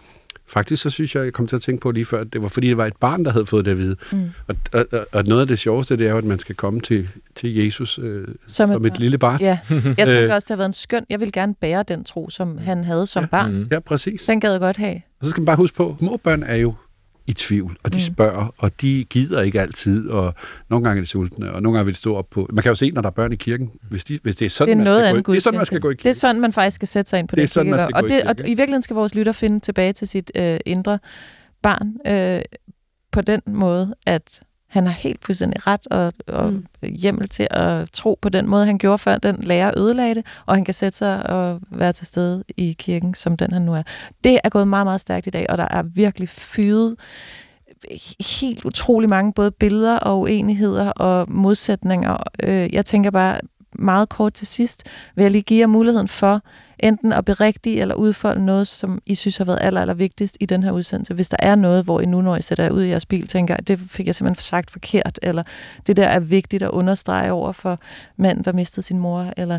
Speaker 5: Faktisk så synes jeg, jeg kom til at tænke på lige før, at det var fordi, det var et barn, der havde fået det at vide. Mm. Og, og, og noget af det sjoveste, det er jo, at man skal komme til, til Jesus øh, som, et, som et lille barn.
Speaker 2: Ja, jeg tænker også, det har været en skøn. Jeg vil gerne bære den tro, som han havde som
Speaker 5: ja.
Speaker 2: barn.
Speaker 5: Ja, præcis.
Speaker 2: Den gad jeg godt have.
Speaker 5: Og så skal man bare huske på, små børn er jo i tvivl, og de mm. spørger, og de gider ikke altid, og nogle gange er de sultne, og nogle gange vil de stå op på... Man kan jo se, når der er børn i kirken, hvis, de, hvis det er sådan,
Speaker 2: det er
Speaker 5: man, skal gå,
Speaker 2: det
Speaker 5: er sådan man skal gå i kirken.
Speaker 2: Det er sådan, man faktisk skal sætte sig ind på det.
Speaker 5: Sådan, og,
Speaker 2: det og i virkeligheden skal vores lytter finde tilbage til sit øh, indre barn øh, på den måde, at han har helt fuldstændig ret og, og mm. hjemmel til at tro på den måde, han gjorde før den lærer ødelagde det, og han kan sætte sig og være til stede i kirken, som den han nu er. Det er gået meget, meget stærkt i dag, og der er virkelig fyret helt utrolig mange både billeder og uenigheder og modsætninger. Jeg tænker bare meget kort til sidst, vil jeg lige give jer muligheden for enten at berigtige eller udfolde noget, som I synes har været aller, aller vigtigst i den her udsendelse. Hvis der er noget, hvor I nu, når I sætter ud i jeres bil, tænker, det fik jeg simpelthen sagt forkert, eller det der er vigtigt at understrege over for manden, der mistede sin mor, eller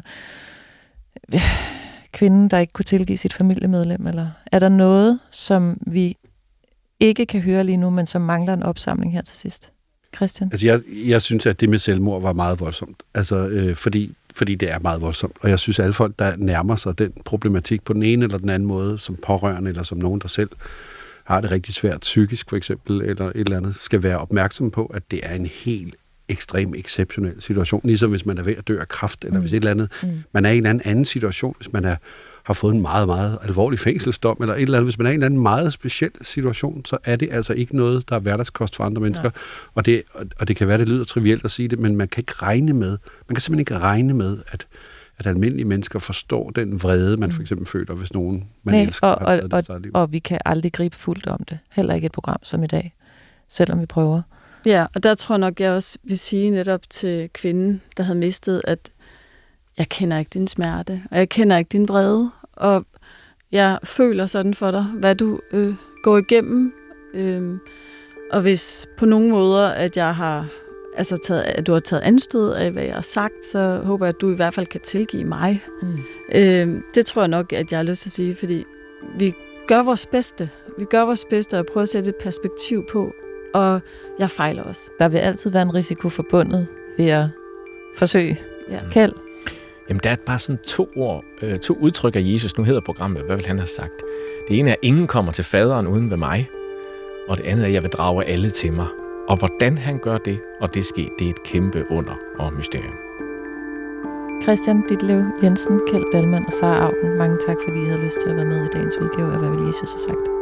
Speaker 2: kvinden, der ikke kunne tilgive sit familiemedlem, eller er der noget, som vi ikke kan høre lige nu, men som mangler en opsamling her til sidst? Christian?
Speaker 5: Altså, jeg, jeg synes, at det med selvmord var meget voldsomt. Altså, øh, fordi, fordi det er meget voldsomt. Og jeg synes, at alle folk, der nærmer sig den problematik på den ene eller den anden måde, som pårørende, eller som nogen, der selv har det rigtig svært psykisk, for eksempel, eller et eller andet, skal være opmærksom på, at det er en helt ekstrem, exceptionel situation. Ligesom hvis man er ved at dø af kræft, eller mm. hvis et eller andet. Mm. Man er i en anden, anden situation, hvis man er har fået en meget, meget alvorlig fængselsdom, eller et eller andet. Hvis man er i en eller anden meget speciel situation, så er det altså ikke noget, der er hverdagskost for andre mennesker. Og det, og det kan være, det lyder trivielt at sige det, men man kan ikke regne med, man kan simpelthen ikke regne med, at, at almindelige mennesker forstår den vrede, man for eksempel føler, hvis nogen man
Speaker 2: Nej,
Speaker 5: elsker.
Speaker 2: Og, og, og, og, og vi kan aldrig gribe fuldt om det. Heller ikke et program som i dag, selvom vi prøver.
Speaker 3: Ja, og der tror jeg nok, jeg også vil sige netop til kvinden, der havde mistet, at jeg kender ikke din smerte, og jeg kender ikke din vrede, og jeg føler sådan for dig, hvad du øh, går igennem. Øh, og hvis på nogle måder, at jeg har, altså taget, at du har taget anstød af, hvad jeg har sagt, så håber jeg, at du i hvert fald kan tilgive mig. Mm. Øh, det tror jeg nok, at jeg har lyst til at sige, fordi vi gør vores bedste. Vi gør vores bedste og prøver at sætte et perspektiv på, og jeg fejler også.
Speaker 2: Der vil altid være en risiko forbundet ved at forsøge. Ja. Kjeld?
Speaker 4: Jamen, der er bare sådan to ord, øh, to udtryk af Jesus. Nu hedder programmet, hvad vil han have sagt? Det ene er, ingen kommer til faderen uden ved mig. Og det andet er, jeg vil drage alle til mig. Og hvordan han gør det, og det sker, det er et kæmpe under og mysterium.
Speaker 2: Christian Ditlev Jensen, Kjeld Dalman og Sara Auken, mange tak, fordi I havde lyst til at være med i dagens udgave af Hvad vil Jesus have sagt?